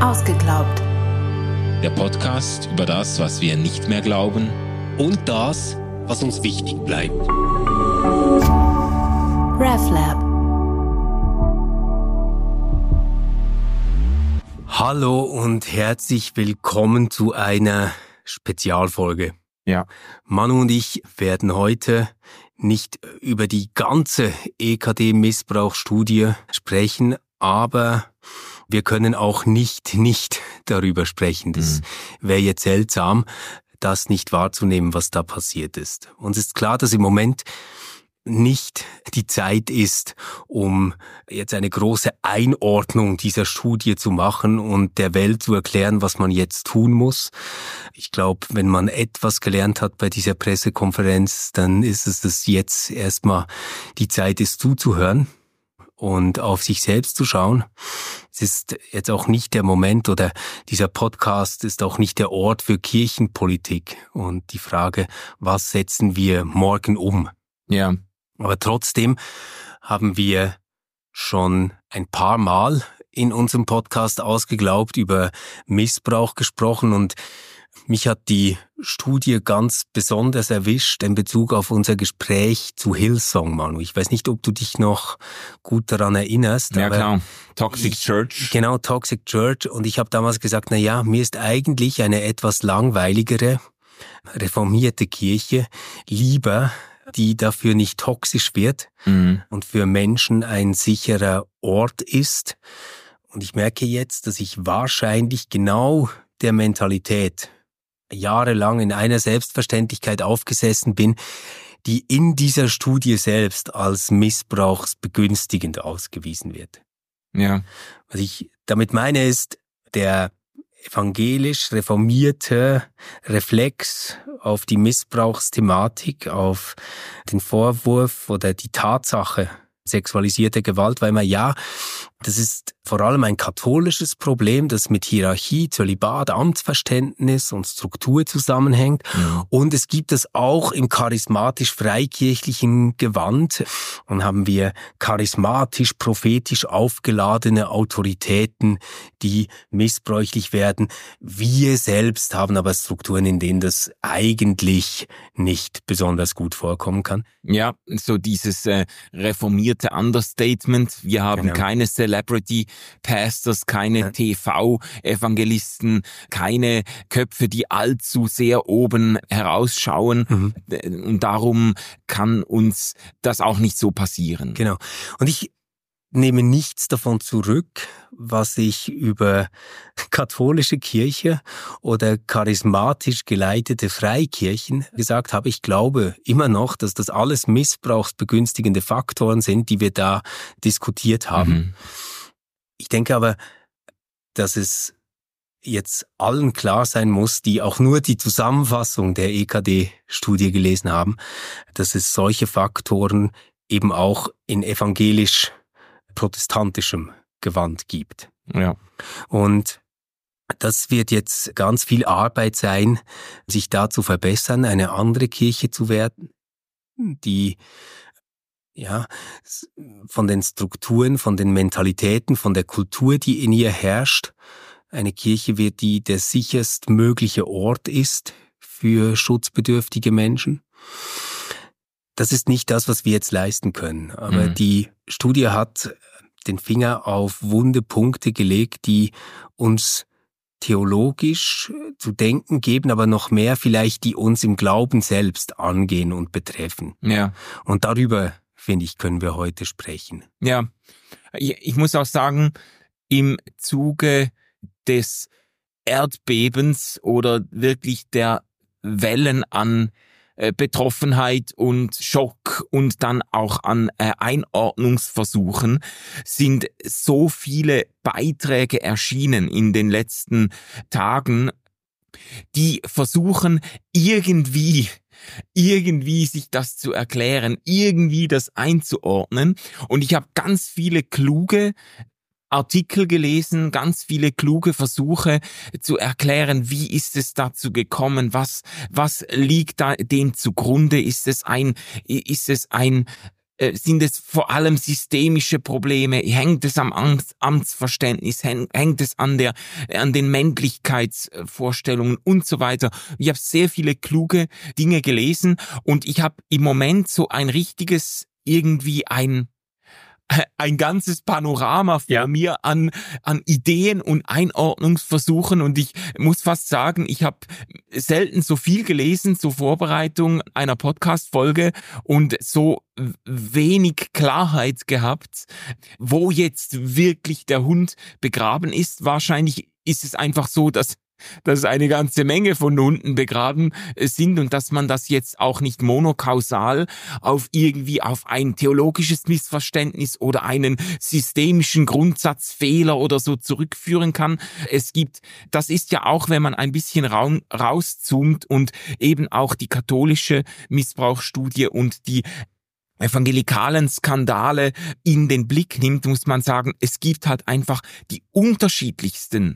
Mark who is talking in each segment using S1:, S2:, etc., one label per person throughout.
S1: Ausgeglaubt.
S2: Der Podcast über das, was wir nicht mehr glauben
S3: und das, was uns wichtig bleibt.
S1: RefLab.
S3: Hallo und herzlich willkommen zu einer Spezialfolge.
S2: Ja.
S3: Manu und ich werden heute nicht über die ganze EKD-Missbrauchsstudie sprechen, aber wir können auch nicht darüber sprechen. Das wäre jetzt seltsam, das nicht wahrzunehmen, was da passiert ist. Uns ist klar, dass im Moment nicht die Zeit ist, um jetzt eine große Einordnung dieser Studie zu machen und der Welt zu erklären, was man jetzt tun muss. Ich glaube, wenn man etwas gelernt hat bei dieser Pressekonferenz, dann ist es, dass jetzt erstmal die Zeit ist, zuzuhören und auf sich selbst zu schauen. Es ist jetzt auch nicht der Moment oder dieser Podcast ist auch nicht der Ort für Kirchenpolitik und die Frage, was setzen wir morgen um?
S2: Ja.
S3: Aber trotzdem haben wir schon ein paar Mal in unserem Podcast Ausgeglaubt über Missbrauch gesprochen und mich hat die Studie ganz besonders erwischt in Bezug auf unser Gespräch zu Hillsong, Manu. Ich weiß nicht, ob du dich noch gut daran erinnerst.
S2: Ja, klar. Toxic Church.
S3: Genau, Toxic Church. Und ich habe damals gesagt, mir ist eigentlich eine etwas langweiligere, reformierte Kirche lieber, die dafür nicht toxisch wird und für Menschen ein sicherer Ort ist. Und ich merke jetzt, dass ich wahrscheinlich genau der Mentalität jahrelang in einer Selbstverständlichkeit aufgesessen bin, die in dieser Studie selbst als missbrauchsbegünstigend ausgewiesen wird.
S2: Ja.
S3: Was ich damit meine ist, der evangelisch reformierte Reflex auf die Missbrauchsthematik, auf den Vorwurf oder die Tatsache sexualisierte Gewalt, weil das ist vor allem ein katholisches Problem, das mit Hierarchie, Zölibat, Amtsverständnis und Struktur zusammenhängt. Ja. Und es gibt es auch im charismatisch-freikirchlichen Gewand. Und haben wir charismatisch-prophetisch aufgeladene Autoritäten, die missbräuchlich werden. Wir selbst haben aber Strukturen, in denen das eigentlich nicht besonders gut vorkommen kann.
S2: Ja, so dieses reformierte Understatement. Wir haben keine Celebrity Pastors, keine TV-Evangelisten, keine Köpfe, die allzu sehr oben herausschauen. Und darum kann uns das auch nicht so passieren.
S3: Genau. Und ich nehme nichts davon zurück, was ich über katholische Kirche oder charismatisch geleitete Freikirchen gesagt habe. Ich glaube immer noch, dass das alles missbrauchsbegünstigende Faktoren sind, die wir da diskutiert haben. Ich denke aber, dass es jetzt allen klar sein muss, die auch nur die Zusammenfassung der EKD-Studie gelesen haben, dass es solche Faktoren eben auch in evangelisch-protestantischem Gewand gibt.
S2: Ja.
S3: Und das wird jetzt ganz viel Arbeit sein, sich da zu verbessern, eine andere Kirche zu werden, die von den Strukturen, von den Mentalitäten, von der Kultur, die in ihr herrscht, eine Kirche wird, die der sicherst mögliche Ort ist für schutzbedürftige Menschen. Das ist nicht das, was wir jetzt leisten können. Aber die Studie hat den Finger auf wunde Punkte gelegt, die uns theologisch zu denken geben, aber noch mehr vielleicht, die uns im Glauben selbst angehen und betreffen.
S2: Ja.
S3: Und darüber, finde ich, können wir heute sprechen.
S2: Ja, ich muss auch sagen, im Zuge des Erdbebens oder wirklich der Wellen an Betroffenheit und Schock und dann auch an Einordnungsversuchen sind so viele Beiträge erschienen in den letzten Tagen, die versuchen irgendwie sich das zu erklären, irgendwie das einzuordnen. Und ich habe ganz viele kluge Artikel gelesen, ganz viele kluge Versuche zu erklären, wie ist es dazu gekommen, was liegt da dem zugrunde, ist es ein sind es vor allem systemische Probleme? Hängt es am Amtsverständnis? Hängt es an den Männlichkeitsvorstellungen und so weiter? Ich habe sehr viele kluge Dinge gelesen und ich habe im Moment so ein richtiges, irgendwie ein ganzes Panorama vor mir an Ideen und Einordnungsversuchen, und ich muss fast sagen, ich habe selten so viel gelesen zur Vorbereitung einer Podcast-Folge und so wenig Klarheit gehabt, wo jetzt wirklich der Hund begraben ist. Wahrscheinlich ist es einfach so, dass eine ganze Menge von Hunden begraben sind und dass man das jetzt auch nicht monokausal auf ein theologisches Missverständnis oder einen systemischen Grundsatzfehler oder so zurückführen kann. Das ist ja auch, wenn man ein bisschen rauszoomt und eben auch die katholische Missbrauchsstudie und die evangelikalen Skandale in den Blick nimmt, muss man sagen, es gibt halt einfach die unterschiedlichsten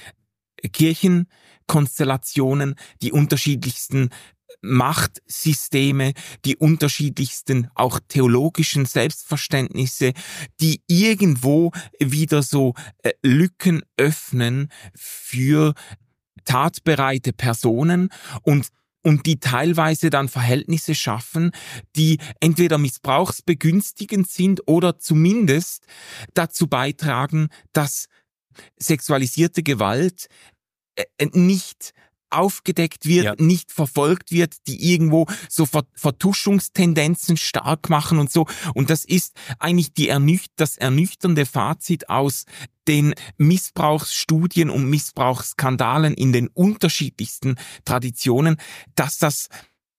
S2: Kirchenkonstellationen, die unterschiedlichsten Machtsysteme, die unterschiedlichsten auch theologischen Selbstverständnisse, die irgendwo wieder so Lücken öffnen für tatbereite Personen und die teilweise dann Verhältnisse schaffen, die entweder missbrauchsbegünstigend sind oder zumindest dazu beitragen, dass sexualisierte Gewalt nicht aufgedeckt wird, nicht verfolgt wird, die irgendwo so Vertuschungstendenzen stark machen und so. Und das ist eigentlich das ernüchternde Fazit aus den Missbrauchsstudien und Missbrauchsskandalen in den unterschiedlichsten Traditionen, dass das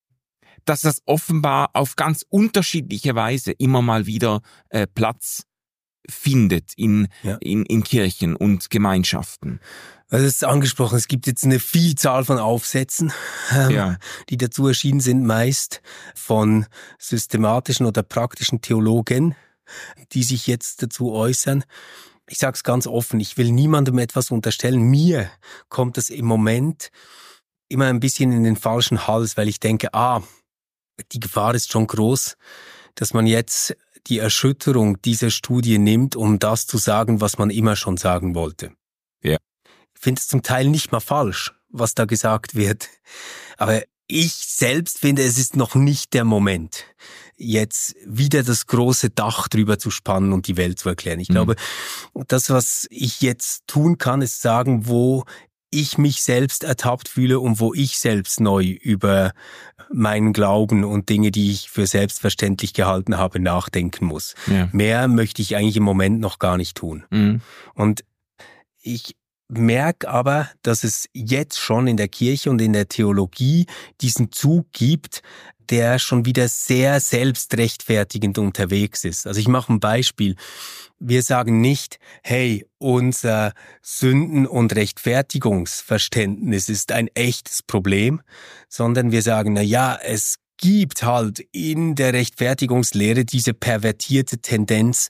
S2: offenbar auf ganz unterschiedliche Weise immer mal wieder Platz findet in Kirchen und Gemeinschaften.
S3: Also es ist angesprochen, es gibt jetzt eine Vielzahl von Aufsätzen, die dazu erschienen sind, meist von systematischen oder praktischen Theologen, die sich jetzt dazu äußern. Ich sage es ganz offen, ich will niemandem etwas unterstellen. Mir kommt es im Moment immer ein bisschen in den falschen Hals, weil ich denke, die Gefahr ist schon groß, dass man jetzt die Erschütterung dieser Studie nimmt, um das zu sagen, was man immer schon sagen wollte.
S2: Ja.
S3: Ich finde es zum Teil nicht mal falsch, was da gesagt wird. Aber ich selbst finde, es ist noch nicht der Moment, jetzt wieder das große Dach drüber zu spannen und die Welt zu erklären. Ich glaube, das, was ich jetzt tun kann, ist sagen, wo ich mich selbst ertappt fühle und wo ich selbst neu über meinen Glauben und Dinge, die ich für selbstverständlich gehalten habe, nachdenken muss. Ja. Mehr möchte ich eigentlich im Moment noch gar nicht tun. Und ich merke aber, dass es jetzt schon in der Kirche und in der Theologie diesen Zug gibt, der schon wieder sehr selbstrechtfertigend unterwegs ist. Also ich mache ein Beispiel. Wir sagen nicht, hey, unser Sünden- und Rechtfertigungsverständnis ist ein echtes Problem, sondern wir sagen, es gibt halt in der Rechtfertigungslehre diese pervertierte Tendenz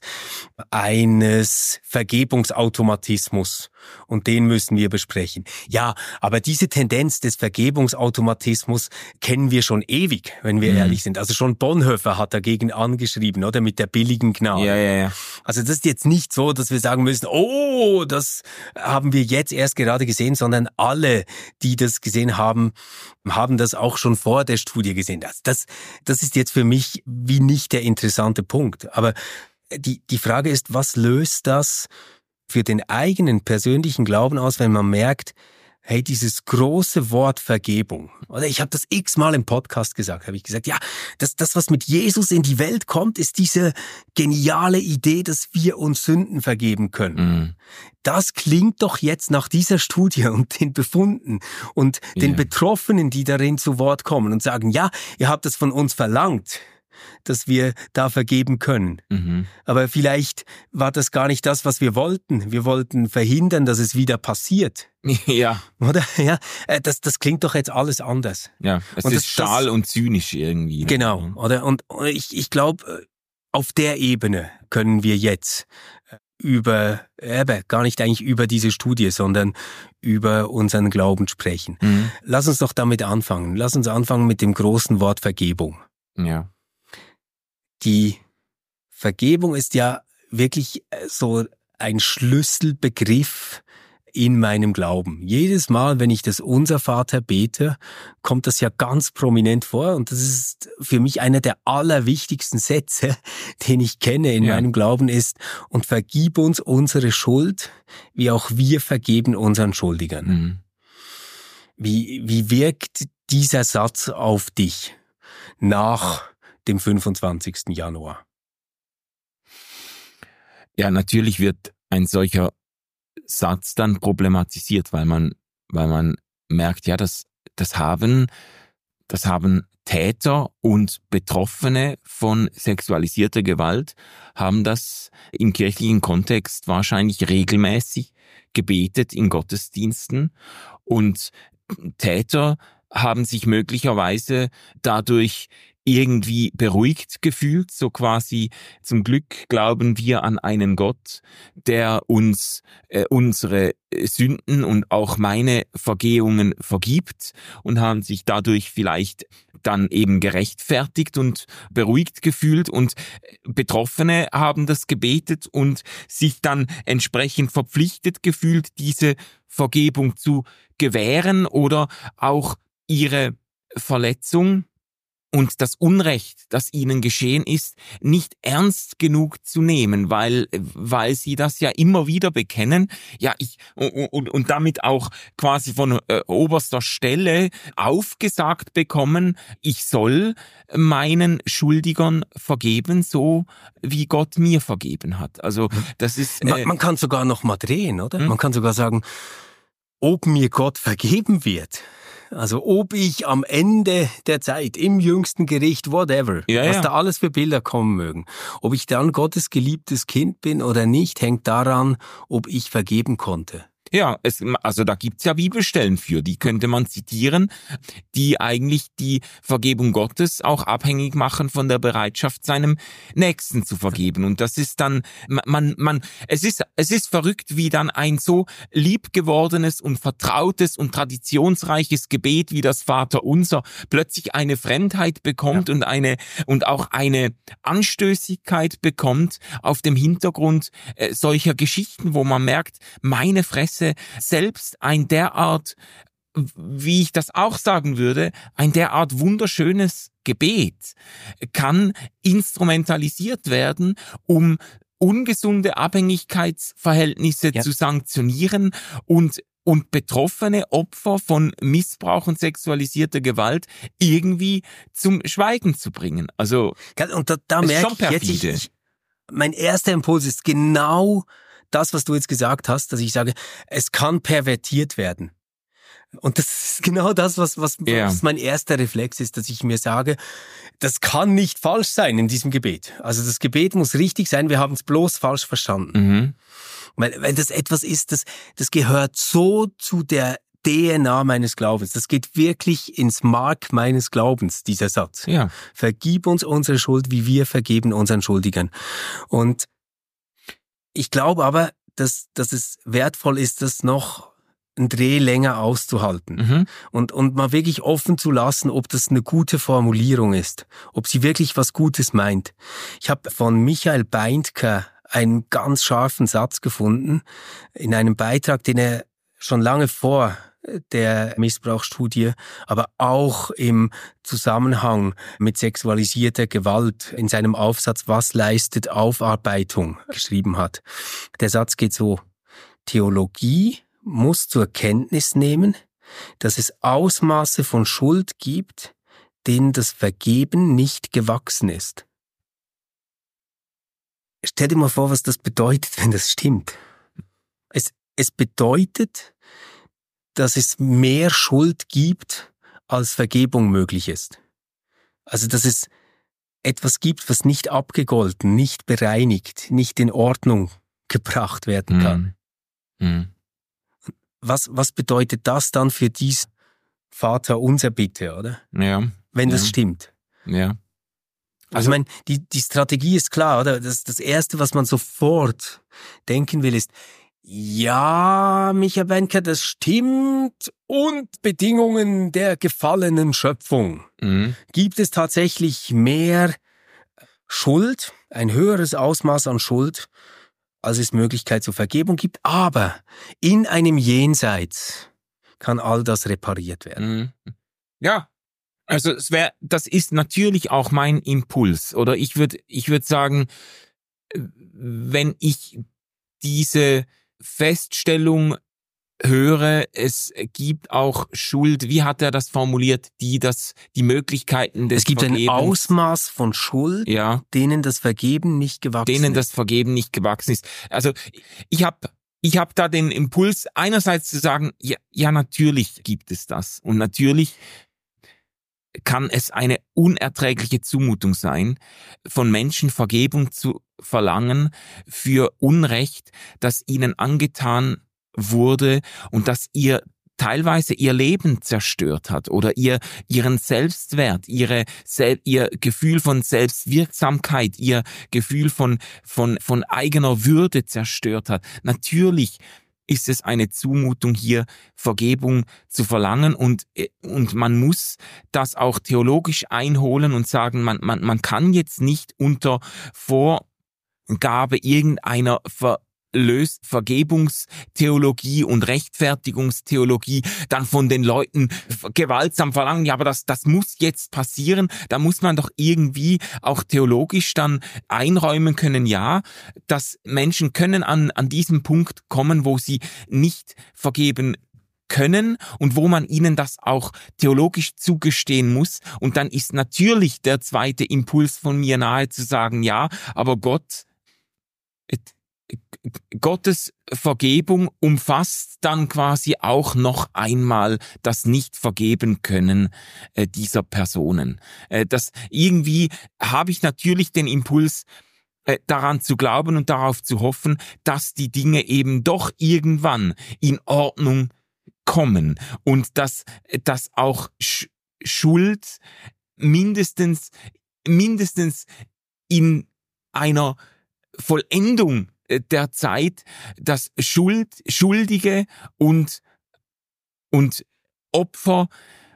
S3: eines Vergebungsautomatismus. Und den müssen wir besprechen. Ja, aber diese Tendenz des Vergebungsautomatismus kennen wir schon ewig, wenn wir ehrlich sind. Also schon Bonhoeffer hat dagegen angeschrieben, oder? Mit der billigen Gnade.
S2: Ja.
S3: Also das ist jetzt nicht so, dass wir sagen müssen, das haben wir jetzt erst gerade gesehen, sondern alle, die das gesehen haben, haben das auch schon vor der Studie gesehen. Das ist jetzt für mich wie nicht der interessante Punkt. Aber die Frage ist, was löst das für den eigenen persönlichen Glauben aus, wenn man merkt, hey, dieses große Wort Vergebung, oder ich habe das x-mal im Podcast gesagt, habe ich gesagt, das, was mit Jesus in die Welt kommt, ist diese geniale Idee, dass wir uns Sünden vergeben können. Das klingt doch jetzt nach dieser Studie und den Befunden und den Betroffenen, die darin zu Wort kommen und sagen, ihr habt das von uns verlangt, dass wir da vergeben können. Aber vielleicht war das gar nicht das, was wir wollten. Wir wollten verhindern, dass es wieder passiert.
S2: Ja.
S3: Oder? Ja, das klingt doch jetzt alles anders.
S2: Ja, es ist stahl und zynisch irgendwie.
S3: Genau, oder? Und ich glaube, auf der Ebene können wir jetzt gar nicht eigentlich über diese Studie, sondern über unseren Glauben sprechen. Lass uns doch damit anfangen. Lass uns anfangen mit dem großen Wort Vergebung.
S2: Ja.
S3: Die Vergebung ist ja wirklich so ein Schlüsselbegriff in meinem Glauben. Jedes Mal, wenn ich das Unser Vater bete, kommt das ja ganz prominent vor und das ist für mich einer der allerwichtigsten Sätze, den ich kenne in meinem Glauben ist: Und vergib uns unsere Schuld, wie auch wir vergeben unseren Schuldigern.
S2: Mhm.
S3: Wie wirkt dieser Satz auf dich nach dem 25. Januar?
S2: Ja, natürlich wird ein solcher Satz dann problematisiert, weil man merkt, ja, das haben Täter und Betroffene von sexualisierter Gewalt, haben das im kirchlichen Kontext wahrscheinlich regelmäßig gebetet in Gottesdiensten, und Täter haben sich möglicherweise dadurch irgendwie beruhigt gefühlt, so quasi: zum Glück glauben wir an einen Gott, der uns unsere Sünden und auch meine Vergehungen vergibt, und haben sich dadurch vielleicht dann eben gerechtfertigt und beruhigt gefühlt, und Betroffene haben das gebetet und sich dann entsprechend verpflichtet gefühlt, diese Vergebung zu gewähren oder auch ihre Verletzung und das Unrecht, das ihnen geschehen ist, nicht ernst genug zu nehmen, weil sie das ja immer wieder bekennen. Ja, und damit auch quasi von oberster Stelle aufgesagt bekommen, ich soll meinen Schuldigern vergeben, so wie Gott mir vergeben hat. Also das ist...
S3: Man kann sogar noch mal drehen, oder? Man kann sogar sagen, ob mir Gott vergeben wird. Also ob ich am Ende der Zeit, im jüngsten Gericht, whatever, was da alles für Bilder kommen mögen, ob ich dann Gottes geliebtes Kind bin oder nicht, hängt daran, ob ich vergeben konnte.
S2: Ja, also da gibt's ja Bibelstellen für, die könnte man zitieren, die eigentlich die Vergebung Gottes auch abhängig machen von der Bereitschaft, seinem Nächsten zu vergeben. Und das ist dann, es ist verrückt, wie dann ein so liebgewordenes und vertrautes und traditionsreiches Gebet wie das Vaterunser plötzlich eine Fremdheit bekommt und auch eine Anstößigkeit bekommt auf dem Hintergrund solcher Geschichten, wo man merkt, meine Fresse, selbst ein derart, wie ich das auch sagen würde, ein derart wunderschönes Gebet kann instrumentalisiert werden, um ungesunde Abhängigkeitsverhältnisse zu sanktionieren und betroffene Opfer von Missbrauch und sexualisierter Gewalt irgendwie zum Schweigen zu bringen. Also,
S3: und da merke ich jetzt, mein erster Impuls ist genau das, was du jetzt gesagt hast, dass ich sage, es kann pervertiert werden. Und das ist genau das, was mein erster Reflex ist, dass ich mir sage, das kann nicht falsch sein in diesem Gebet. Also das Gebet muss richtig sein, wir haben es bloß falsch verstanden.
S2: Mhm.
S3: Weil das etwas ist, das gehört so zu der DNA meines Glaubens. Das geht wirklich ins Mark meines Glaubens, dieser Satz.
S2: Ja.
S3: Vergib uns unsere Schuld, wie wir vergeben unseren Schuldigern. Und ich glaube aber, dass es wertvoll ist, das noch einen Dreh länger auszuhalten und mal wirklich offen zu lassen, ob das eine gute Formulierung ist, ob sie wirklich was Gutes meint. Ich habe von Michael Beindker einen ganz scharfen Satz gefunden in einem Beitrag, den er schon lange vor der Missbrauchsstudie, aber auch im Zusammenhang mit sexualisierter Gewalt in seinem Aufsatz Was leistet Aufarbeitung geschrieben hat. Der Satz geht so: Theologie muss zur Kenntnis nehmen, dass es Ausmaße von Schuld gibt, denen das Vergeben nicht gewachsen ist. Stell dir mal vor, was das bedeutet, wenn das stimmt. Es bedeutet, dass es mehr Schuld gibt, als Vergebung möglich ist. Also, dass es etwas gibt, was nicht abgegolten, nicht bereinigt, nicht in Ordnung gebracht werden kann.
S2: Mhm.
S3: Was bedeutet das dann für dies Vaterunser Bitte, oder?
S2: Ja.
S3: Wenn das stimmt.
S2: Ja.
S3: Also ich meine, die Strategie ist klar, oder? Das Erste, was man sofort denken will, ist, ja, Michael Beindker, das stimmt. Und Bedingungen der gefallenen Schöpfung. Gibt es tatsächlich mehr Schuld, ein höheres Ausmaß an Schuld, als es Möglichkeit zur Vergebung gibt, aber in einem Jenseits kann all das repariert werden.
S2: Ja, also das ist natürlich auch mein Impuls. Oder ich würde sagen, wenn ich diese Feststellung höre, es gibt auch Schuld, wie hat er das formuliert, die Möglichkeiten des Vergebens. Es gibt
S3: ein Ausmaß von Schuld,
S2: ja,
S3: denen das Vergeben nicht gewachsen
S2: ist. Also ich hab da den Impuls, einerseits zu sagen, ja, natürlich gibt es das. Und natürlich kann es eine unerträgliche Zumutung sein, von Menschen Vergebung zu verlangen für Unrecht, das ihnen angetan wurde und das teilweise ihr Leben zerstört hat oder ihren Selbstwert, ihr Gefühl von Selbstwirksamkeit, ihr Gefühl von eigener Würde zerstört hat. Natürlich ist es eine Zumutung, hier Vergebung zu verlangen und man muss das auch theologisch einholen und sagen, man kann jetzt nicht unter Vorgabe irgendeiner Vergebungstheologie und Rechtfertigungstheologie dann von den Leuten gewaltsam verlangen, ja, aber das muss jetzt passieren, da muss man doch irgendwie auch theologisch dann einräumen können, ja, dass Menschen können an diesem Punkt kommen, wo sie nicht vergeben können und wo man ihnen das auch theologisch zugestehen muss. Und dann ist natürlich der zweite Impuls von mir nahe zu sagen, ja, aber Gottes Vergebung umfasst dann quasi auch noch einmal das Nicht-Vergeben-Können dieser Personen. Das irgendwie habe ich natürlich den Impuls, daran zu glauben und darauf zu hoffen, dass die Dinge eben doch irgendwann in Ordnung kommen und dass auch Schuld mindestens in einer Vollendung der Zeit, dass Schuldige und Opfer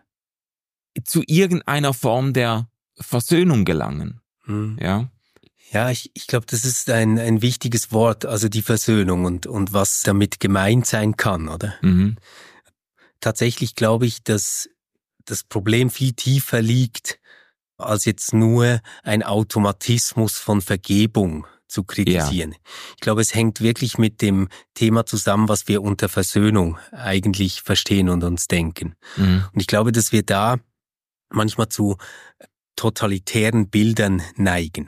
S2: zu irgendeiner Form der Versöhnung gelangen. Ja.
S3: Ja, ich glaube, das ist ein wichtiges Wort, also die Versöhnung und was damit gemeint sein kann, oder? Tatsächlich glaube ich, dass das Problem viel tiefer liegt, als jetzt nur ein Automatismus von Vergebung zu kritisieren. Ja. Ich glaube, es hängt wirklich mit dem Thema zusammen, was wir unter Versöhnung eigentlich verstehen und uns denken. Und ich glaube, dass wir da manchmal zu totalitären Bildern neigen.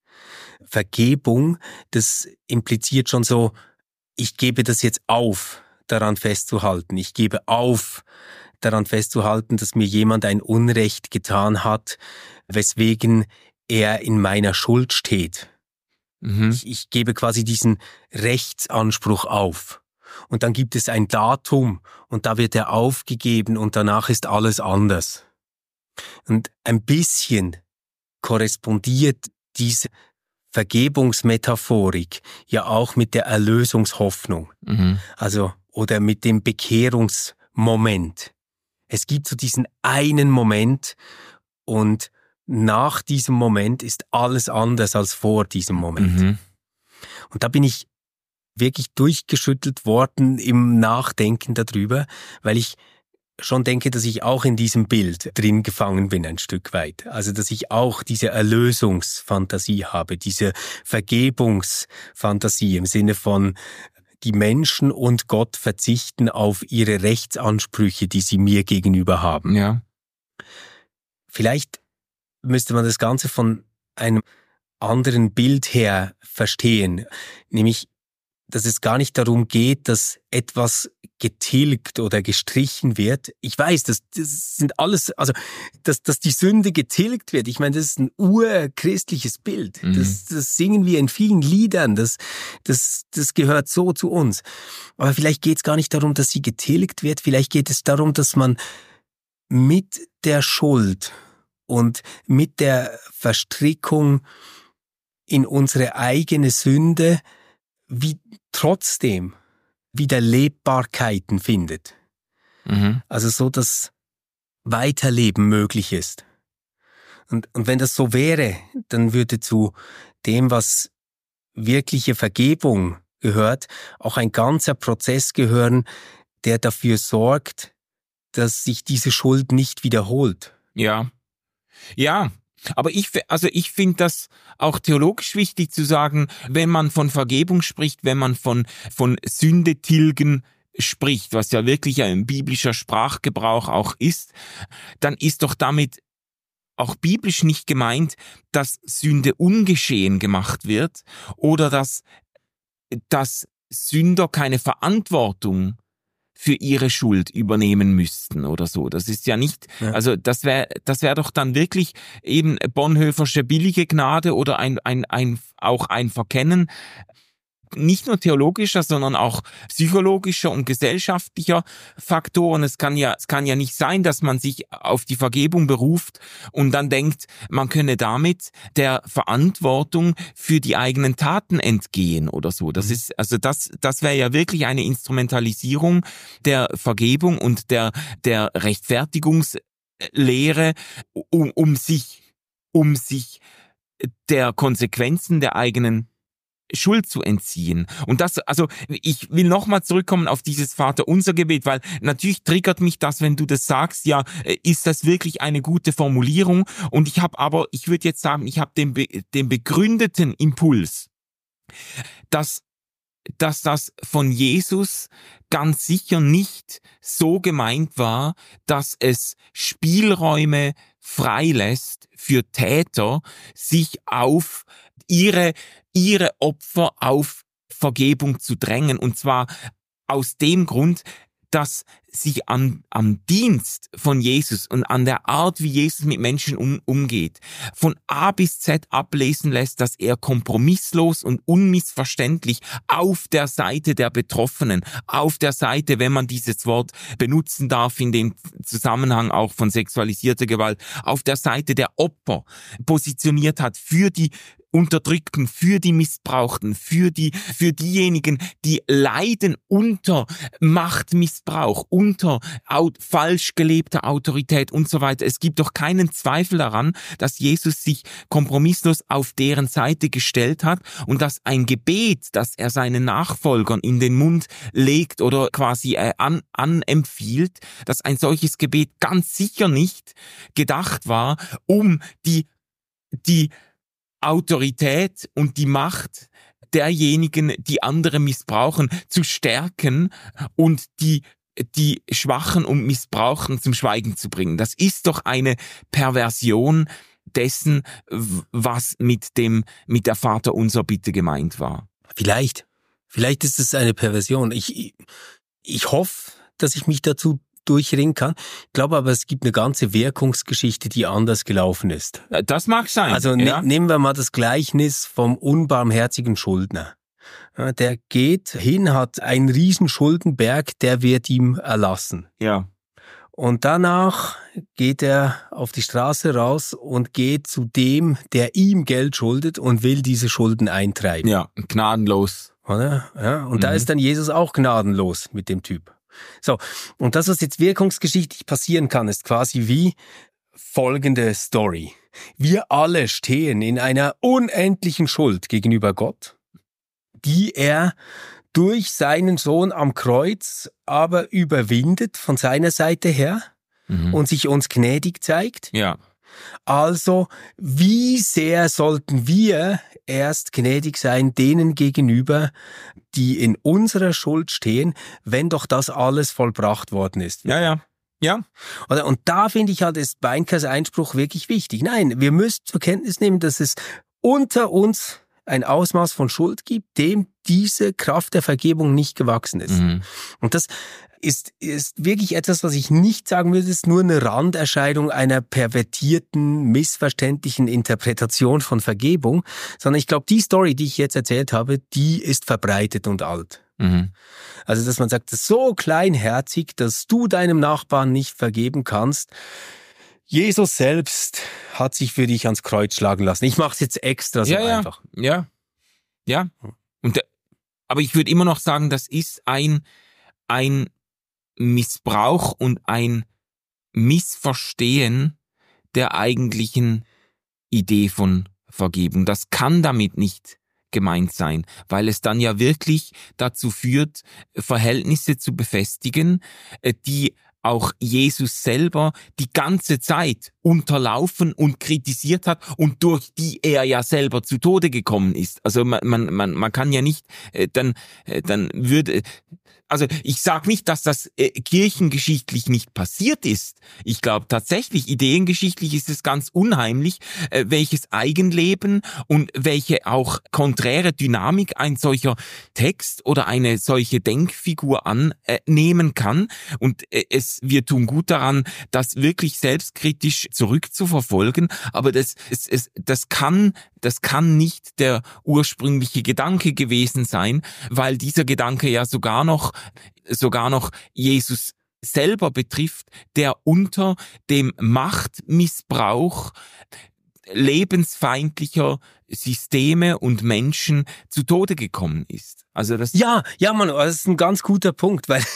S3: Vergebung, das impliziert schon so, ich gebe das jetzt auf, daran festzuhalten. Ich gebe auf, daran festzuhalten, dass mir jemand ein Unrecht getan hat, weswegen er in meiner Schuld steht. Ich gebe quasi diesen Rechtsanspruch auf. Und dann gibt es ein Datum und da wird er aufgegeben und danach ist alles anders. Und ein bisschen korrespondiert diese Vergebungsmetaphorik ja auch mit der Erlösungshoffnung. Also, oder mit dem Bekehrungsmoment. Es gibt so diesen einen Moment und nach diesem Moment ist alles anders als vor diesem Moment. Und da bin ich wirklich durchgeschüttelt worden im Nachdenken darüber, weil ich schon denke, dass ich auch in diesem Bild drin gefangen bin ein Stück weit. Also, dass ich auch diese Erlösungsfantasie habe, diese Vergebungsfantasie im Sinne von die Menschen und Gott verzichten auf ihre Rechtsansprüche, die sie mir gegenüber haben.
S2: Ja.
S3: Vielleicht müsste man das Ganze von einem anderen Bild her verstehen, nämlich, dass es gar nicht darum geht, dass etwas getilgt oder gestrichen wird. Ich weiß, das sind alles, also dass die Sünde getilgt wird. Ich meine, das ist ein urchristliches Bild. Das singen wir in vielen Liedern. Das gehört so zu uns. Aber vielleicht geht es gar nicht darum, dass sie getilgt wird. Vielleicht geht es darum, dass man mit der Schuld und mit der Verstrickung in unsere eigene Sünde wie trotzdem wieder Lebbarkeiten findet. Also so, dass Weiterleben möglich ist. Und wenn das so wäre, dann würde zu dem, was wirkliche Vergebung gehört, auch ein ganzer Prozess gehören, der dafür sorgt, dass sich diese Schuld nicht wiederholt.
S2: Ja. Ja. Aber ich finde das auch theologisch wichtig zu sagen, wenn man von Vergebung spricht, wenn man von Sünde tilgen spricht, was ja wirklich ein biblischer Sprachgebrauch auch ist, dann ist doch damit auch biblisch nicht gemeint, dass Sünde ungeschehen gemacht wird oder dass Sünder keine Verantwortung für ihre Schuld übernehmen müssten oder so. Das ist ja nicht, also das wär doch dann wirklich eben Bonhoeffersche billige Gnade oder auch ein Verkennen, nicht nur theologischer, sondern auch psychologischer und gesellschaftlicher Faktoren. Es kann ja nicht sein, dass man sich auf die Vergebung beruft und dann denkt, man könne damit der Verantwortung für die eigenen Taten entgehen oder so. Das wäre ja wirklich eine Instrumentalisierung der Vergebung und der Rechtfertigungslehre, um sich der Konsequenzen der eigenen Schuld zu entziehen. Und ich will nochmal zurückkommen auf dieses Vaterunser-Gebet, weil natürlich triggert mich das, wenn du das sagst, ja, ist das wirklich eine gute Formulierung? Und ich würde jetzt sagen, ich habe den begründeten Impuls, dass das von Jesus ganz sicher nicht so gemeint war, dass es Spielräume freilässt für Täter, sich auf ihre Opfer auf Vergebung zu drängen. Und zwar aus dem Grund, dass sich am Dienst von Jesus und an der Art, wie Jesus mit Menschen umgeht, von A bis Z ablesen lässt, dass er kompromisslos und unmissverständlich auf der Seite der Betroffenen, auf der Seite, wenn man dieses Wort benutzen darf, in dem Zusammenhang auch von sexualisierter Gewalt, auf der Seite der Opfer positioniert hat, für die Unterdrückten, für die Missbrauchten, für diejenigen, die leiden unter Machtmissbrauch, unter falsch gelebter Autorität und so weiter. Es gibt doch keinen Zweifel daran, dass Jesus sich kompromisslos auf deren Seite gestellt hat und dass ein Gebet, das er seinen Nachfolgern in den Mund legt oder quasi anempfiehlt, dass ein solches Gebet ganz sicher nicht gedacht war, um die Autorität und die Macht derjenigen, die andere missbrauchen, zu stärken und die Schwachen und Missbrauchen zum Schweigen zu bringen. Das ist doch eine Perversion dessen, was mit der Vaterunser-Bitte gemeint war.
S3: Vielleicht ist es eine Perversion. Ich hoffe, dass ich mich dazu durchringen kann. Ich glaube aber, es gibt eine ganze Wirkungsgeschichte, die anders gelaufen ist.
S2: Das mag sein.
S3: Also nehmen wir mal das Gleichnis vom unbarmherzigen Schuldner. Der geht hin, hat einen riesen Schuldenberg, der wird ihm erlassen.
S2: Ja.
S3: Und danach geht er auf die Straße raus und geht zu dem, der ihm Geld schuldet und will diese Schulden eintreiben.
S2: Ja, gnadenlos.
S3: Oder? Ja, und da ist dann Jesus auch gnadenlos mit dem Typ. So, und das, was jetzt wirkungsgeschichtlich passieren kann, ist quasi wie folgende Story. Wir alle stehen in einer unendlichen Schuld gegenüber Gott, die er durch seinen Sohn am Kreuz aber überwindet von seiner Seite her und sich uns gnädig zeigt.
S2: Ja.
S3: Also, wie sehr sollten wir erst gnädig sein denen gegenüber, die in unserer Schuld stehen, wenn doch das alles vollbracht worden ist?
S2: Ja.
S3: Und da finde ich halt, ist Beinkers Einspruch wirklich wichtig. Nein, wir müssen zur Kenntnis nehmen, dass es unter uns ein Ausmaß von Schuld gibt, dem diese Kraft der Vergebung nicht gewachsen ist. Und das ist wirklich etwas, was ich nicht sagen würde, ist nur eine Randerscheinung einer pervertierten, missverständlichen Interpretation von Vergebung, sondern ich glaube, die Story, die ich jetzt erzählt habe, die ist verbreitet und alt. Also, dass man sagt, das ist so kleinherzig, dass du deinem Nachbarn nicht vergeben kannst. Jesus selbst hat sich für dich ans Kreuz schlagen lassen. Ich mache es jetzt extra so einfach.
S2: Ja. Aber ich würde immer noch sagen, das ist ein Missbrauch und ein Missverstehen der eigentlichen Idee von Vergebung. Das kann damit nicht gemeint sein, weil es dann ja wirklich dazu führt, Verhältnisse zu befestigen, die auch Jesus selber die ganze Zeit unterlaufen und kritisiert hat und durch die er ja selber zu Tode gekommen ist. Also man kann ja nicht, dann würde... Also ich sage nicht, dass das kirchengeschichtlich nicht passiert ist. Ich glaube tatsächlich, ideengeschichtlich ist es ganz unheimlich, welches Eigenleben und welche auch konträre Dynamik ein solcher Text oder eine solche Denkfigur annehmen kann. Und wir tun gut daran, das wirklich selbstkritisch zurückzuverfolgen. Aber das kann nicht der ursprüngliche Gedanke gewesen sein, weil dieser Gedanke ja sogar noch Jesus selber betrifft, der unter dem Machtmissbrauch lebensfeindlicher Systeme und Menschen zu Tode gekommen ist. Also das
S3: Mann, das ist ein ganz guter Punkt, weil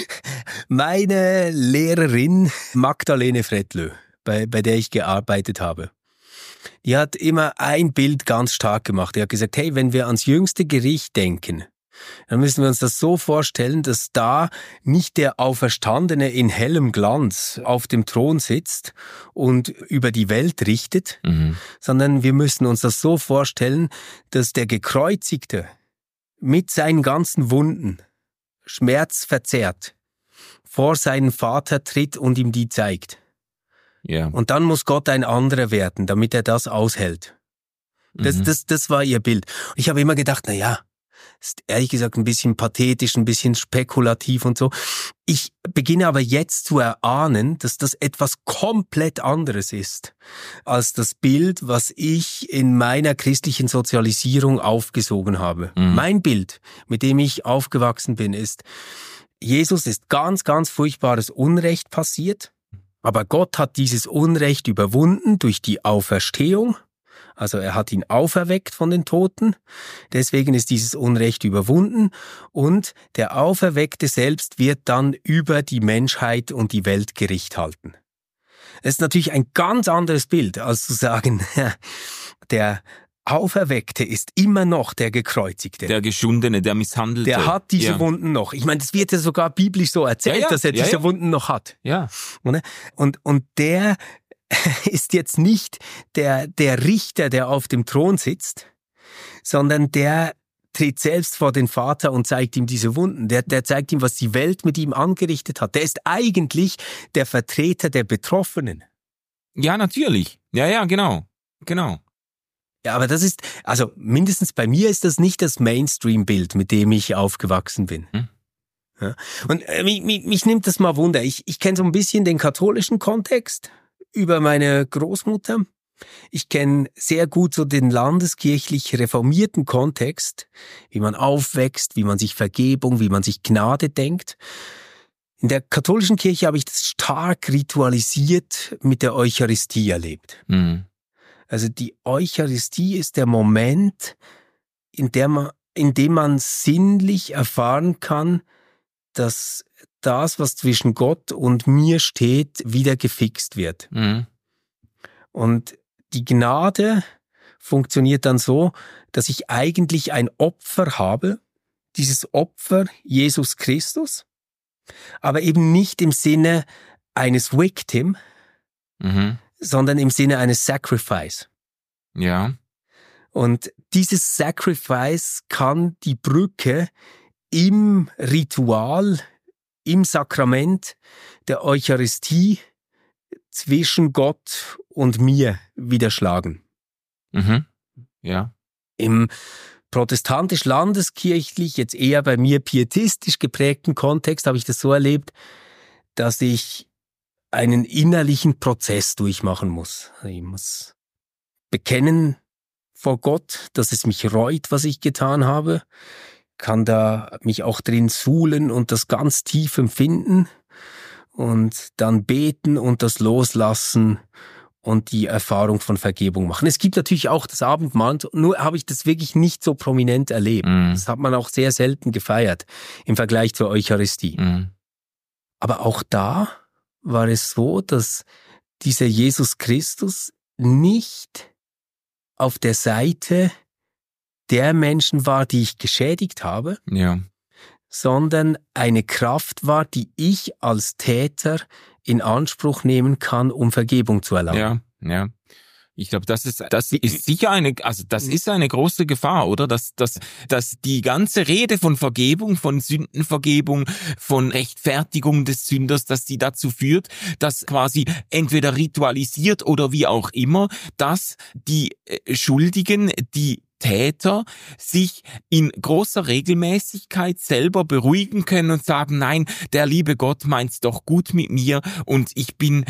S3: meine Lehrerin Magdalene Fredlö, bei der ich gearbeitet habe, die hat immer ein Bild ganz stark gemacht. Die hat gesagt, hey, wenn wir ans jüngste Gericht denken, dann müssen wir uns das so vorstellen, dass da nicht der Auferstandene in hellem Glanz auf dem Thron sitzt und über die Welt richtet, sondern wir müssen uns das so vorstellen, dass der Gekreuzigte mit seinen ganzen Wunden, schmerzverzerrt, vor seinen Vater tritt und ihm die zeigt.
S2: Ja.
S3: Und dann muss Gott ein anderer werden, damit er das aushält. Das war ihr Bild. Und ich habe immer gedacht, ist ehrlich gesagt ein bisschen pathetisch, ein bisschen spekulativ und so. Ich beginne aber jetzt zu erahnen, dass das etwas komplett anderes ist als das Bild, was ich in meiner christlichen Sozialisierung aufgesogen habe. Mein Bild, mit dem ich aufgewachsen bin, ist, Jesus ist ganz, ganz furchtbares Unrecht passiert, aber Gott hat dieses Unrecht überwunden durch die Auferstehung. Also er hat ihn auferweckt von den Toten, deswegen ist dieses Unrecht überwunden und der Auferweckte selbst wird dann über die Menschheit und die Welt Gericht halten. Es ist natürlich ein ganz anderes Bild, als zu sagen, der Auferweckte ist immer noch der Gekreuzigte.
S2: Der Geschundene, der Misshandelte.
S3: Der hat diese Wunden noch. Ich meine, das wird ja sogar biblisch so erzählt, dass er diese Wunden noch hat.
S2: Ja.
S3: Und der ist jetzt nicht der Richter, der auf dem Thron sitzt, sondern der tritt selbst vor den Vater und zeigt ihm diese Wunden. Der zeigt ihm, was die Welt mit ihm angerichtet hat. Der ist eigentlich der Vertreter der Betroffenen.
S2: Ja, natürlich. Ja, genau.
S3: Ja, aber das ist, also mindestens bei mir ist das nicht das Mainstream-Bild, mit dem ich aufgewachsen bin. Ja. Und mich nimmt das mal Wunder. Ich kenne so ein bisschen den katholischen Kontext über meine Großmutter. Ich kenne sehr gut so den landeskirchlich reformierten Kontext, wie man aufwächst, wie man sich Vergebung, wie man sich Gnade denkt. In der katholischen Kirche habe ich das stark ritualisiert mit der Eucharistie erlebt. Also die Eucharistie ist der Moment, in dem man sinnlich erfahren kann, dass das, was zwischen Gott und mir steht, wieder gefixt wird. Und die Gnade funktioniert dann so, dass ich eigentlich ein Opfer habe, dieses Opfer Jesus Christus, aber eben nicht im Sinne eines Victim, sondern im Sinne eines Sacrifice.
S2: Ja.
S3: Und dieses Sacrifice kann die Brücke im Ritual, im Sakrament der Eucharistie zwischen Gott und mir wieder schlagen.
S2: Ja.
S3: Im protestantisch-landeskirchlich, jetzt eher bei mir pietistisch geprägten Kontext habe ich das so erlebt, dass ich einen innerlichen Prozess durchmachen muss. Ich muss bekennen vor Gott, dass es mich reut, was ich getan habe, kann da mich auch drin suhlen und das ganz tief empfinden und dann beten und das loslassen und die Erfahrung von Vergebung machen. Es gibt natürlich auch das Abendmahl, nur habe ich das wirklich nicht so prominent erlebt. Das hat man auch sehr selten gefeiert im Vergleich zur Eucharistie. Aber auch da war es so, dass dieser Jesus Christus nicht auf der Seite der Menschen war, die ich geschädigt habe,
S2: Ja.
S3: sondern eine Kraft war, die ich als Täter in Anspruch nehmen kann, um Vergebung zu erlangen.
S2: Ja. Ich glaube, das ist sicher das ist eine große Gefahr, oder? Dass die ganze Rede von Vergebung, von Sündenvergebung, von Rechtfertigung des Sünders, dass die dazu führt, dass quasi entweder ritualisiert oder wie auch immer, dass die Schuldigen, die Täter sich in großer Regelmäßigkeit selber beruhigen können und sagen, nein, der liebe Gott meint's doch gut mit mir und ich bin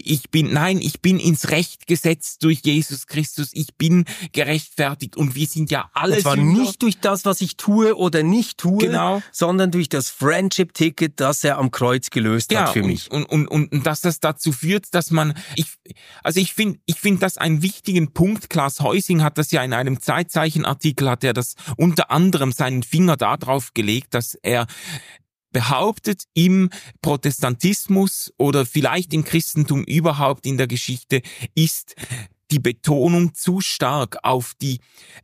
S2: ins Recht gesetzt durch Jesus Christus, ich bin gerechtfertigt und wir sind ja alle
S3: Sünder. Und zwar nicht durch das, was ich tue oder nicht tue,
S2: genau,
S3: sondern durch das Friendship-Ticket, das er am Kreuz gelöst hat für mich.
S2: Und dass das dazu führt, dass ich finde das einen wichtigen Punkt. Klaas Heusing hat das ja in einem Zeitzeichenartikel, hat er das unter anderem seinen Finger darauf gelegt, dass er behauptet, im Protestantismus oder vielleicht im Christentum überhaupt in der Geschichte ist die Betonung zu stark auf die